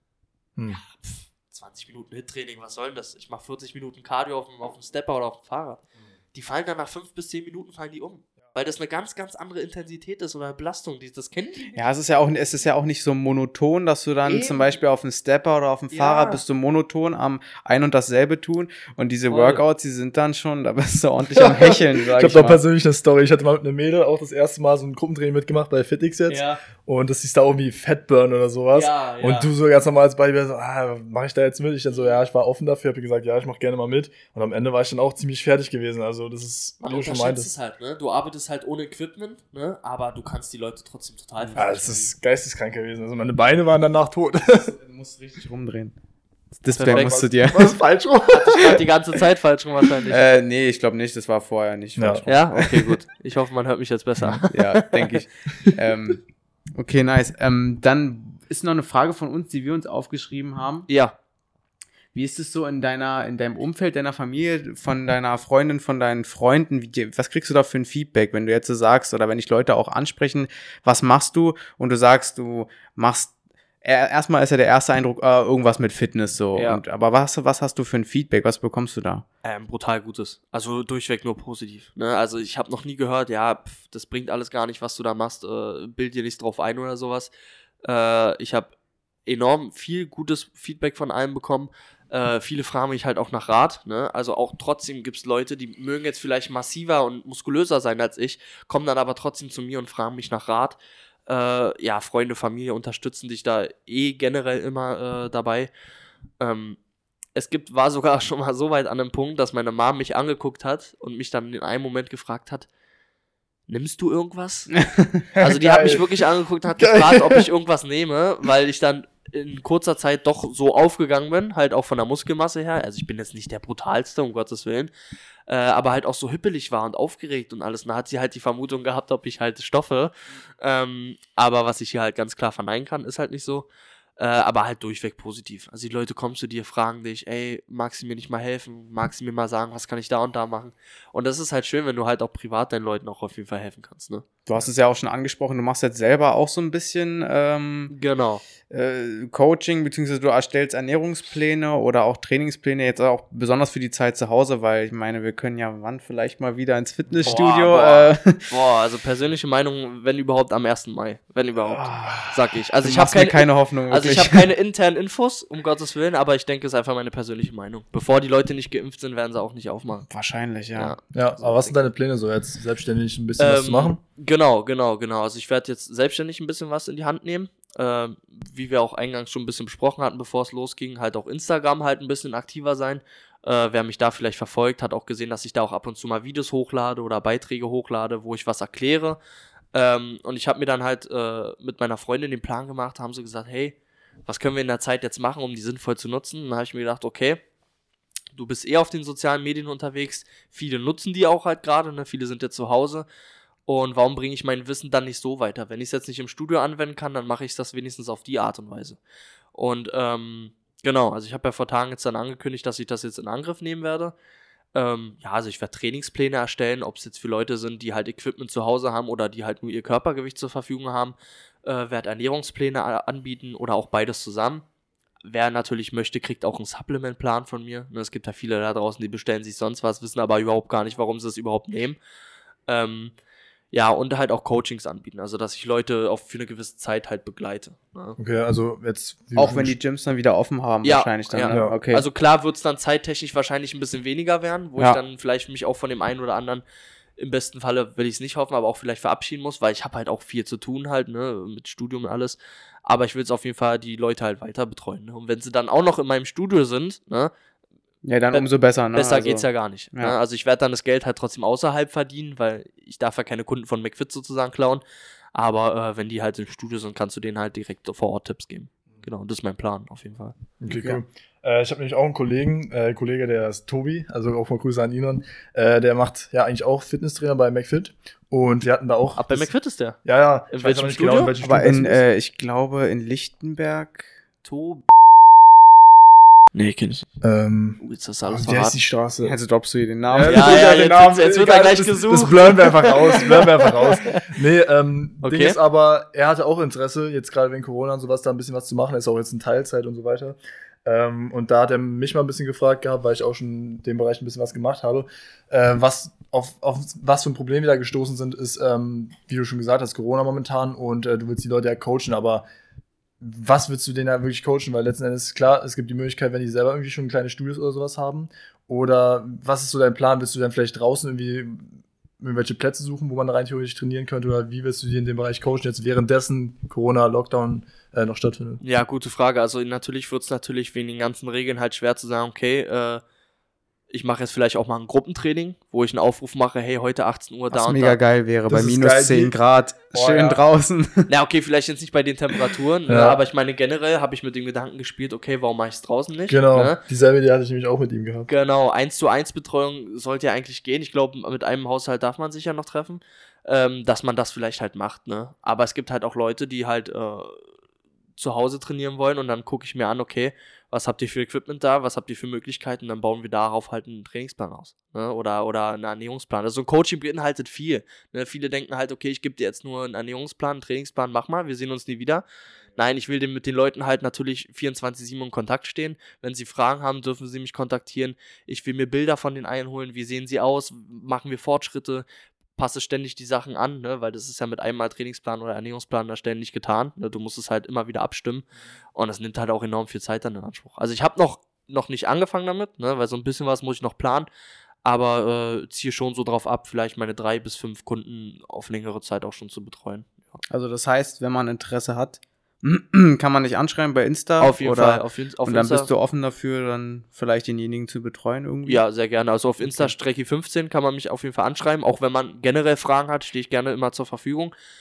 Hm. Pff, zwanzig Minuten Hit-Training, was soll denn das? Ich mache vierzig Minuten Cardio auf dem, auf dem Stepper oder auf dem Fahrrad. Die fallen dann nach fünf bis zehn Minuten fallen die um. Weil das eine ganz, ganz andere Intensität ist oder Belastung. Die, das kennen die nicht. Ja, es ist ja auch, es ist ja auch nicht so monoton, dass du dann Eben. zum Beispiel auf dem Stepper oder auf dem Ja. Fahrrad bist du monoton am ein und dasselbe tun und diese Voll. Workouts, die sind dann schon, da bist du ordentlich am Hecheln, sag Ich ich, habe da mal. persönlich eine Story. Ich hatte mal mit einer Mädel auch das erste Mal so ein Gruppentraining mitgemacht bei FitX jetzt. Ja, Und das hieß da irgendwie Fatburn oder sowas. ja, ja. Und du so ganz normal als Bodybuilder so, ah, mach ich da jetzt mit? Ich dann so, ja, ich war offen dafür, habe gesagt, ja, ich mach gerne mal mit. Und am Ende war ich dann auch ziemlich fertig gewesen. Also das ist, Man wie du schon unterschätzt meintest. es halt, ne? Du arbeitest halt ohne Equipment, ne? Aber du kannst die Leute trotzdem total Ja, das ist geisteskrank gewesen. Also meine Beine waren danach tot. Du musst richtig rumdrehen. Das Display Perfekt. musst du dir. Was ist falsch rum? Ich grad die ganze Zeit falsch rum wahrscheinlich. äh, nee, ich glaube nicht, das war vorher nicht. Ja. falsch. Ja, okay, gut. Ich hoffe, man hört mich jetzt besser. Ja, denke ich. ähm, okay, nice. Ähm, dann ist noch eine Frage von uns, die wir uns aufgeschrieben haben. Ja. Wie ist es so in deiner, in deinem Umfeld, deiner Familie, von deiner Freundin, von deinen Freunden? Wie, was kriegst du da für ein Feedback, wenn du jetzt so sagst, oder wenn dich Leute auch ansprechen, was machst du? Und du sagst, du machst, er- erstmal ist ja der erste Eindruck, äh, irgendwas mit Fitness so. Ja. Und, aber was, was hast du für ein Feedback? Was bekommst du da? Ähm, brutal Gutes. Also durchweg nur positiv. Ne? Also ich habe noch nie gehört, ja, pf, das bringt alles gar nicht, was du da machst, äh, bild dir nicht drauf ein oder sowas. Äh, ich habe enorm viel gutes Feedback von allen bekommen. Äh, viele fragen mich halt auch nach Rat. Ne? Also auch trotzdem gibt es Leute, die mögen jetzt vielleicht massiver und muskulöser sein als ich, kommen dann aber trotzdem zu mir und fragen mich nach Rat. Äh, ja, Freunde, Familie unterstützen dich da eh generell immer äh, dabei. Ähm, es gibt, war sogar schon mal so weit an einem Punkt, dass meine Mom mich angeguckt hat und mich dann in einem Moment gefragt hat, nimmst du irgendwas? Also die hat Geil. mich wirklich angeguckt und hat Geil. gefragt, ob ich irgendwas nehme, weil ich dann in kurzer Zeit doch so aufgegangen bin, halt auch von der Muskelmasse her. Also ich bin jetzt nicht der brutalste, um Gottes Willen, äh, aber halt auch so hippelig war und aufgeregt und alles. Und da hat sie halt die Vermutung gehabt, ob ich halt stoffe. Ähm, aber was ich hier halt ganz klar verneinen kann, ist halt nicht so. Äh, aber halt durchweg positiv. Also die Leute kommen zu dir, fragen dich, ey, magst du mir nicht mal helfen? Magst du mir mal sagen, was kann ich da und da machen? Und das ist halt schön, wenn du halt auch privat deinen Leuten auch auf jeden Fall helfen kannst, ne? Du hast es ja auch schon angesprochen, du machst jetzt selber auch so ein bisschen ähm, Genau. äh, Coaching, beziehungsweise du erstellst Ernährungspläne oder auch Trainingspläne, jetzt auch besonders für die Zeit zu Hause, weil ich meine, wir können ja wann vielleicht mal wieder ins Fitnessstudio. Boah, boah. Äh, Boah, also persönliche Meinung, wenn überhaupt am ersten Mai. Wenn überhaupt, sag ich. Also du ich habe machst mir keine, keine Hoffnung. also ich wirklich. habe keine internen Infos, um Gottes Willen, aber ich denke, es ist einfach meine persönliche Meinung. Bevor die Leute nicht geimpft sind, werden sie auch nicht aufmachen. Wahrscheinlich, ja. Ja. Ja, aber was sind deine Pläne so jetzt? Selbstständig ein bisschen was zu Ähm, machen? Genau, genau, genau. Also ich werde jetzt selbstständig ein bisschen was in die Hand nehmen. Ähm, wie wir auch eingangs schon ein bisschen besprochen hatten, bevor es losging, halt auch Instagram halt ein bisschen aktiver sein. Äh, wer mich da vielleicht verfolgt, hat auch gesehen, dass ich da auch ab und zu mal Videos hochlade oder Beiträge hochlade, wo ich was erkläre. Ähm, und ich habe mir dann halt äh, mit meiner Freundin den Plan gemacht, haben sie gesagt, hey, was können wir in der Zeit jetzt machen, um die sinnvoll zu nutzen? Und dann habe ich mir gedacht, okay, du bist eh auf den sozialen Medien unterwegs, viele nutzen die auch halt gerade, ne? Viele sind jetzt zu Hause. Und warum bringe ich mein Wissen dann nicht so weiter? Wenn ich es jetzt nicht im Studio anwenden kann, dann mache ich das wenigstens auf die Art und Weise. Und ähm, genau, also ich habe ja vor Tagen jetzt dann angekündigt, dass ich das jetzt in Angriff nehmen werde. Ähm, ja, also ich werde Trainingspläne erstellen, ob es jetzt für Leute sind, die halt Equipment zu Hause haben oder die halt nur ihr Körpergewicht zur Verfügung haben. Äh, werde Ernährungspläne anbieten oder auch beides zusammen. Wer natürlich möchte, kriegt auch einen Supplementplan von mir. Es gibt ja viele da draußen, die bestellen sich sonst was, wissen aber überhaupt gar nicht, warum sie es überhaupt nehmen. Ähm, Ja, und halt auch Coachings anbieten, also dass ich Leute auch für eine gewisse Zeit halt begleite. Ne? Okay, also jetzt. wie Auch du wenn schon die Gyms dann wieder offen haben, Ja, wahrscheinlich dann. ja. Ne? Okay. Also klar wird es dann zeittechnisch wahrscheinlich ein bisschen weniger werden, wo Ja. ich dann vielleicht mich auch von dem einen oder anderen, im besten Falle will ich es nicht hoffen, aber auch vielleicht verabschieden muss, weil ich habe halt auch viel zu tun halt, ne, mit Studium und alles. Aber ich will es auf jeden Fall die Leute halt weiter betreuen. Ne? Und wenn sie dann auch noch in meinem Studio sind, ne, ja, dann be- umso besser, ne? besser Also, geht's ja gar nicht. ja. Ne? Also ich werde dann das Geld halt trotzdem außerhalb verdienen, weil ich darf ja keine Kunden von McFit sozusagen klauen. Aber äh, wenn die halt im Studio sind, kannst du denen halt direkt vor Ort Tipps geben. Genau, das ist mein Plan auf jeden Fall. Okay, Ja. cool. Äh, ich habe nämlich auch einen Kollegen, äh, Kollege, der ist Tobi, also auch mal Grüße an ihn. Äh, der macht ja eigentlich auch Fitnesstrainer bei McFit. Und wir hatten da auch. Ab bei das- McFit ist der. Ja, ja. In ich weiß welchem aber nicht Studio? genau, in welchem Aber Studio in, das ist. äh, ich glaube, in Lichtenberg. Tobi. Nee, kenn ich nicht. Ähm, Uh, jetzt hast du wie alles heißt die verraten. Straße? Also droppst du hier den Namen. Ja, das ist ja, den jetzt- Namen. jetzt wird er Egal, gleich das, gesucht. Das blurren wir einfach raus. Blurren wir einfach raus. Nee, ähm, Okay. Ding ist aber, er hatte auch Interesse, jetzt gerade wegen Corona und sowas, da ein bisschen was zu machen. Er ist auch jetzt in Teilzeit und so weiter. Ähm, und da hat er mich mal ein bisschen gefragt gehabt, weil ich auch schon in dem Bereich ein bisschen was gemacht habe. Äh, was auf, auf was für ein Problem wir da gestoßen sind, ist, ähm, wie du schon gesagt hast, Corona momentan und äh, du willst die Leute ja coachen, aber was willst du denen da wirklich coachen? Weil letzten Endes, klar, es gibt die Möglichkeit, wenn die selber irgendwie schon kleine Studios oder sowas haben. Oder was ist so dein Plan? Willst du dann vielleicht draußen irgendwie irgendwelche Plätze suchen, wo man rein theoretisch trainieren könnte? Oder wie willst du die in dem Bereich coachen, jetzt währenddessen Corona-Lockdown äh, noch stattfindet? Ja, gute Frage. Also natürlich wird es natürlich wegen den ganzen Regeln halt schwer zu sagen, okay, äh, ich mache jetzt vielleicht auch mal ein Gruppentraining, wo ich einen Aufruf mache, hey, heute achtzehn Uhr da Was und mega da. geil wäre, Das bei ist minus geil, zehn die- Grad, Boah, schön ja. draußen. Na, okay, vielleicht jetzt nicht bei den Temperaturen, ne, Ja. aber ich meine, generell habe ich mit dem Gedanken gespielt, okay, warum mache ich es draußen nicht? Genau, Ne? dieselbe Idee hatte ich nämlich auch mit ihm gehabt. Genau, eins zu eins Betreuung sollte ja eigentlich gehen. Ich glaube, mit einem Haushalt darf man sich ja noch treffen, ähm, dass man das vielleicht halt macht, ne? Aber es gibt halt auch Leute, die halt äh, zu Hause trainieren wollen und dann gucke ich mir an, okay, was habt ihr für Equipment da, was habt ihr für Möglichkeiten, dann bauen wir darauf halt einen Trainingsplan aus, ne? Oder, oder einen Ernährungsplan. Also ein Coaching beinhaltet viel, ne? Viele denken halt, okay, ich gebe dir jetzt nur einen Ernährungsplan, einen Trainingsplan, mach mal, wir sehen uns nie wieder. Nein, ich will den, mit den Leuten halt natürlich vierundzwanzig sieben in Kontakt stehen. Wenn sie Fragen haben, dürfen sie mich kontaktieren. Ich will mir Bilder von denen einholen. Wie sehen sie aus? Machen wir Fortschritte? Passe ständig die Sachen an, ne? Weil das ist ja mit einem Mal Trainingsplan oder Ernährungsplan erstellen nicht getan. Ne? Du musst es halt immer wieder abstimmen. Und das nimmt halt auch enorm viel Zeit dann in Anspruch. Also ich habe noch, noch nicht angefangen damit, ne? Weil so ein bisschen was muss ich noch planen. Aber äh, ziehe schon so drauf ab, vielleicht meine drei bis fünf Kunden auf längere Zeit auch schon zu betreuen. Ja. Also das heißt, wenn man Interesse hat, kann man dich anschreiben bei Insta? Auf jeden oder, Fall. Auf, jeden- auf und dann Insta. bist du offen dafür, dann vielleicht denjenigen zu betreuen irgendwie? Ja, sehr gerne. Also auf Insta Strecki fünfzehn kann man mich auf jeden Fall anschreiben. Auch wenn man generell Fragen hat, stehe ich gerne immer zur Verfügung.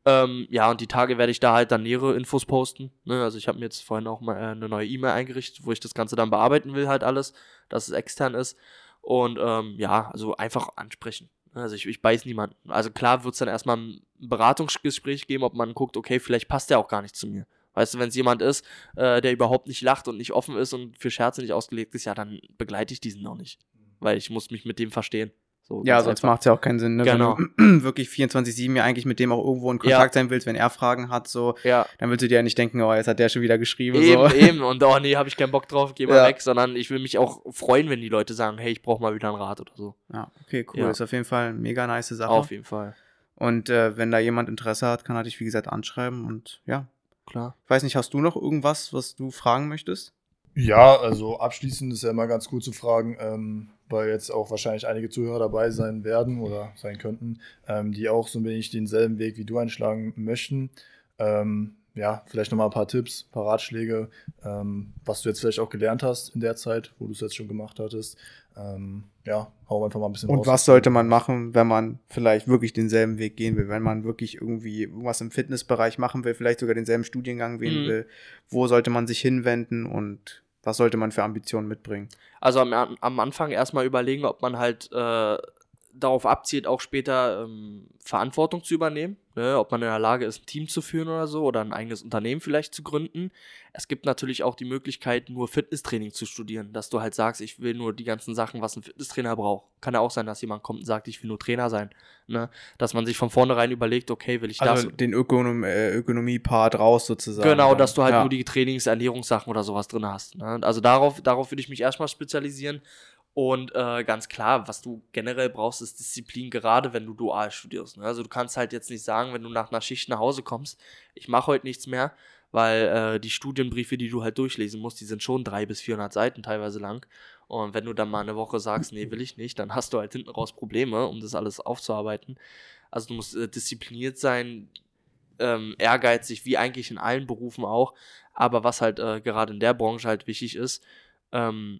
Ähm, ja, und die Tage werde ich da halt dann nähere Infos posten. Ne? Also ich habe mir jetzt vorhin auch mal äh, eine neue E-Mail eingerichtet, wo ich das Ganze dann bearbeiten will, halt alles, dass es extern ist. Und ähm, ja, also einfach ansprechen. Also ich, ich beiß niemanden. Also klar wird es dann erstmal ein Beratungsgespräch geben, ob man guckt, okay, vielleicht passt der auch gar nicht zu mir. Weißt du, wenn es jemand ist, äh, der überhaupt nicht lacht und nicht offen ist und für Scherze nicht ausgelegt ist, ja, dann begleite ich diesen noch nicht. Weil ich muss mich mit dem verstehen. So, Ja, sonst macht es ja auch keinen Sinn, ne? Genau. Wenn du wirklich vierundzwanzig sieben ja eigentlich mit dem auch irgendwo in Kontakt Ja. sein willst, wenn er Fragen hat, so, Ja, dann willst du dir ja nicht denken, oh, jetzt hat der schon wieder geschrieben. eben, so. eben. Und oh nee, habe ich keinen Bock drauf, geh mal Ja. weg. Sondern ich will mich auch freuen, wenn die Leute sagen, hey, ich brauche mal wieder einen Rat oder so. Ja, okay, cool. Ja. Ist auf jeden Fall eine mega nice Sache. Auf jeden Fall. Und äh, wenn da jemand Interesse hat, kann er dich, wie gesagt, anschreiben. Und ja, Klar. ich weiß nicht, hast du noch irgendwas, was du fragen möchtest? Ja, also abschließend ist ja immer ganz gut zu fragen, ähm, weil jetzt auch wahrscheinlich einige Zuhörer dabei sein werden oder sein könnten, ähm, die auch so ein wenig denselben Weg wie du einschlagen möchten. Ähm, ja, vielleicht nochmal ein paar Tipps, ein paar Ratschläge, ähm, was du jetzt vielleicht auch gelernt hast in der Zeit, wo du es jetzt schon gemacht hattest. Ähm, ja, hau einfach mal ein bisschen Und raus. was sollte man machen, wenn man vielleicht wirklich denselben Weg gehen will, wenn man wirklich irgendwie irgendwas im Fitnessbereich machen will, vielleicht sogar denselben Studiengang wählen Mhm. will? Wo sollte man sich hinwenden und was sollte man für Ambitionen mitbringen? Also am, am Anfang erstmal überlegen, ob man halt äh, darauf abzielt, auch später ähm, Verantwortung zu übernehmen. Ne? Ob man in der Lage ist, ein Team zu führen oder so oder ein eigenes Unternehmen vielleicht zu gründen. Es gibt natürlich auch die Möglichkeit, nur Fitnesstraining zu studieren, dass du halt sagst, ich will nur die ganzen Sachen, was ein Fitnesstrainer braucht. Kann ja auch sein, dass jemand kommt und sagt, ich will nur Trainer sein. Ne? Dass man sich von vornherein überlegt, okay, will ich Also das? den Ökonom äh, Ökonomie-Part raus sozusagen. Genau, dann. dass du halt ja. nur die Trainings-, Ernährungssachen oder sowas drin hast. Ne? Also darauf, darauf würde ich mich erstmal spezialisieren. Und äh, ganz klar, was du generell brauchst, ist Disziplin, gerade wenn du dual studierst. Ne? Also du kannst halt jetzt nicht sagen, wenn du nach einer Schicht nach Hause kommst, ich mache heute nichts mehr, weil äh, die Studienbriefe, die du halt durchlesen musst, die sind schon dreihundert bis vierhundert Seiten teilweise lang. Und wenn du dann mal eine Woche sagst, nee, will ich nicht, dann hast du halt hinten raus Probleme, um das alles aufzuarbeiten. Also du musst äh, diszipliniert sein, ähm, ehrgeizig, wie eigentlich in allen Berufen auch. Aber was halt äh, gerade in der Branche halt wichtig ist, ähm,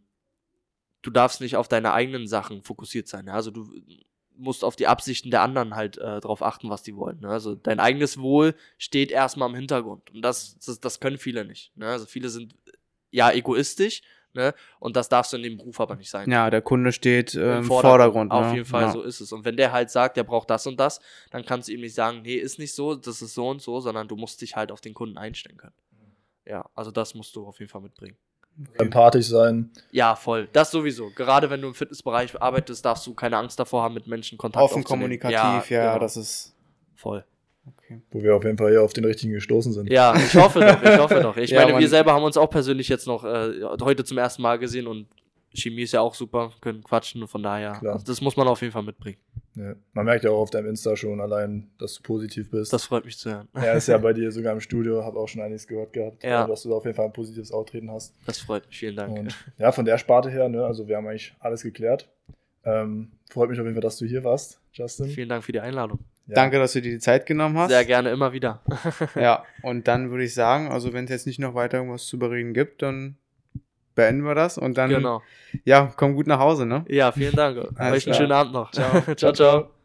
du darfst nicht auf deine eigenen Sachen fokussiert sein. Ja? Also du musst auf die Absichten der anderen halt äh, drauf achten, was die wollen. Ne? Also dein eigenes Wohl steht erstmal im Hintergrund. Und das, das, das können viele nicht. Ne? Also viele sind ja egoistisch, ne? Und das darfst du in dem Beruf aber nicht sein. Ja, der Kunde steht äh, Im im Vordergrund. Auf ne? jeden Fall, ja. so ist es. Und wenn der halt sagt, der braucht das und das, dann kannst du ihm nicht sagen, nee, ist nicht so, das ist so und so, sondern du musst dich halt auf den Kunden einstellen können. Ja, also das musst du auf jeden Fall mitbringen. Empathisch sein. Ja, voll. Das sowieso. Gerade wenn du im Fitnessbereich arbeitest, darfst du keine Angst davor haben, mit Menschen Kontakt Offen aufzunehmen. kommunikativ, ja, genau. das ist Voll. okay. Wo wir auf jeden Fall hier auf den richtigen gestoßen sind. Ja, ich hoffe doch, ich hoffe doch. Ich Ja, meine, man- wir selber haben uns auch persönlich jetzt noch äh, heute zum ersten Mal gesehen und Chemie ist ja auch super, können quatschen und von daher, Klar. also das muss man auf jeden Fall mitbringen. Ja. Man merkt ja auch auf deinem Insta schon allein, dass du positiv bist. Das freut mich zu hören. Er ist ja bei dir sogar im Studio, habe auch schon einiges gehört gehabt, Ja. äh, dass du da auf jeden Fall ein positives Auftreten hast. Das freut mich, vielen Dank. Und ja, von der Sparte her, ne, also wir haben eigentlich alles geklärt. Ähm, freut mich auf jeden Fall, dass du hier warst, Justin. Vielen Dank für die Einladung. Ja. Danke, dass du dir die Zeit genommen hast. Sehr gerne, immer wieder. Ja, und dann würde ich sagen, also wenn es jetzt nicht noch weiter irgendwas zu bereden gibt, dann beenden wir das und dann, Genau. ja, komm gut nach Hause, ne? Ja, vielen Dank. Alles Euch einen klar. schönen Abend noch. Ciao. ciao, ciao.